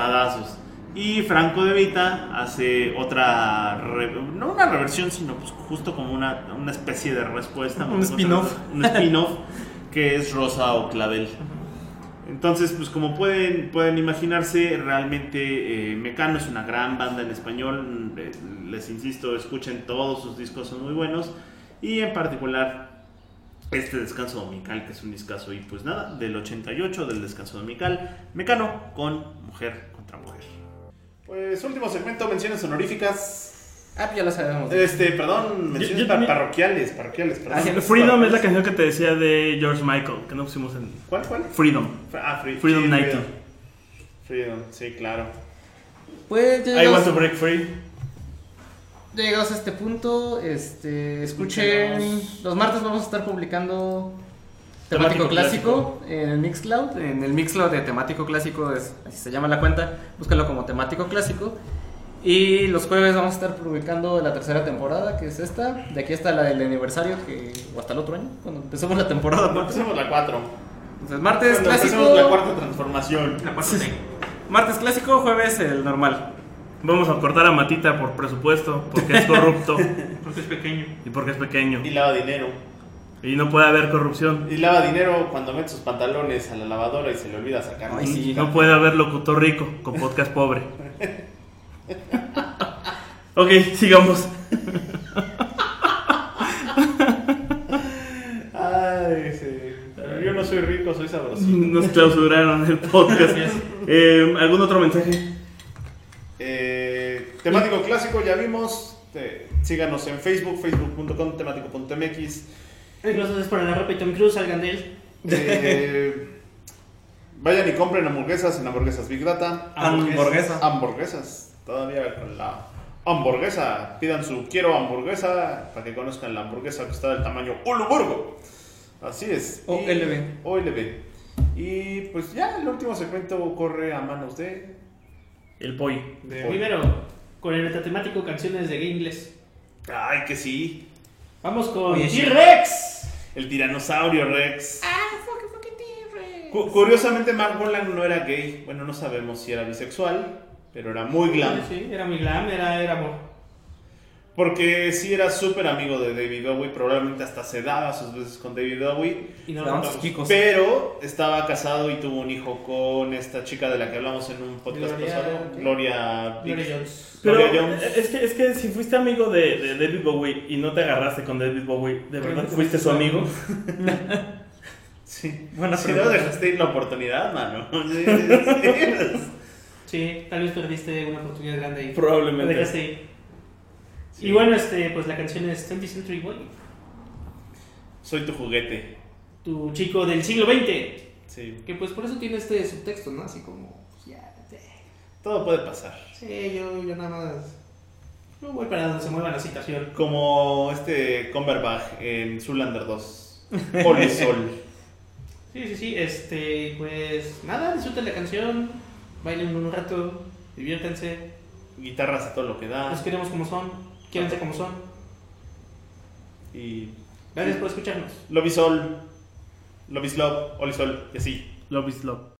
Y Franco De Vita hace otra, no una reversión, sino pues justo como una especie de respuesta. Un spin-off. Un spin-off que es Rosa o Clavel. Entonces, pues como pueden imaginarse, realmente Mecano es una gran banda en español. Les insisto, escuchen todos sus discos, son muy buenos. Y en particular, este Descanso Dominical, que es un discazo. Y pues nada, del 88, del Descanso Dominical, Mecano con Mujer contra Mujer. Pues último segmento, menciones honoríficas. Ya lo sabemos. Menciones parroquiales, perdón. Freedom es la canción que te decía de George Michael, que no pusimos en... ¿Cuál? Freedom. Freedom sí, Night. Freedom, sí, claro. Pues I want to break free. Llegados a este punto, escuchen. Los martes vamos a estar publicando Temático Clásico en el Mixcloud. En el Mixcloud de Temático Clásico, así se llama la cuenta. Búscalo como Temático Clásico. Y los jueves vamos a estar publicando la tercera temporada, que es esta. De aquí hasta la del aniversario, o hasta el otro año, cuando empezamos la temporada. Empecemos la 4. Entonces, martes clásico. Empecemos la cuarta transformación. Martes clásico, jueves el normal. Vamos a cortar a Matita por presupuesto, porque es corrupto. Porque es pequeño. Y porque es pequeño. Y lava dinero. Y no puede haber corrupción. Y lava dinero cuando mete sus pantalones a la lavadora y se le olvida sacarlos. Ay, sí. No puede haber locutor rico con podcast pobre. Ok, sigamos. Ay, sí. Yo no soy rico, soy sabroso. Nos clausuraron el podcast. ¿Algún otro mensaje? Temático Clásico, ya vimos. Síganos en Facebook, facebook.com, temático.mx. Gracias por la ropa y Tom Cruise, salgan de él. Vayan y compren hamburguesas en Hamburguesas Big Data. Hamburguesas. Todavía con la hamburguesa. Pidan su quiero hamburguesa para que conozcan la hamburguesa que está del tamaño Uluburgo. Así es. OLB. Y pues ya el último segmento corre a manos de El Poi. Primero, con el metatemático canciones de gay inglés. Ay, que sí. Vamos con Oye, sí. T-Rex. El tiranosaurio Rex. T-Rex. Curiosamente, Mark Bolan no era gay. Bueno, no sabemos si era bisexual, pero era muy glam. Sí, era muy glam, era amor. Porque sí era súper amigo de David Bowie, probablemente hasta se daba sus veces con David Bowie. Y no Daban lo sus kikos. Pero estaba casado y tuvo un hijo con esta chica de la que hablamos en un podcast pasado, Gloria Jones. Pero Jones. es que si fuiste amigo de David Bowie y no te agarraste con David Bowie, ¿de verdad fuiste su amigo? Sí. Bueno, Si no dejaste ir la oportunidad, mano. Sí, tal vez perdiste una oportunidad grande ahí. Probablemente. Lo dejaste ir. Sí. Y bueno, pues la canción es 20th Century Boy. Soy tu juguete. Tu chico del siglo XX. Sí. Que pues por eso tiene este subtexto, ¿no? Así como, pues ya, Todo puede pasar. sí, yo nada más. No voy para donde se mueva la situación. Como Cumberbatch en Zoolander 2. Polisol. Sí, pues nada, disfruten la canción, bailen un rato, diviértanse, Guitarras a todo lo que da. los queremos como son, quiérense como son. Y Gracias por escucharnos. Lobisol, Lobislov, Olisol, y así. Love is love.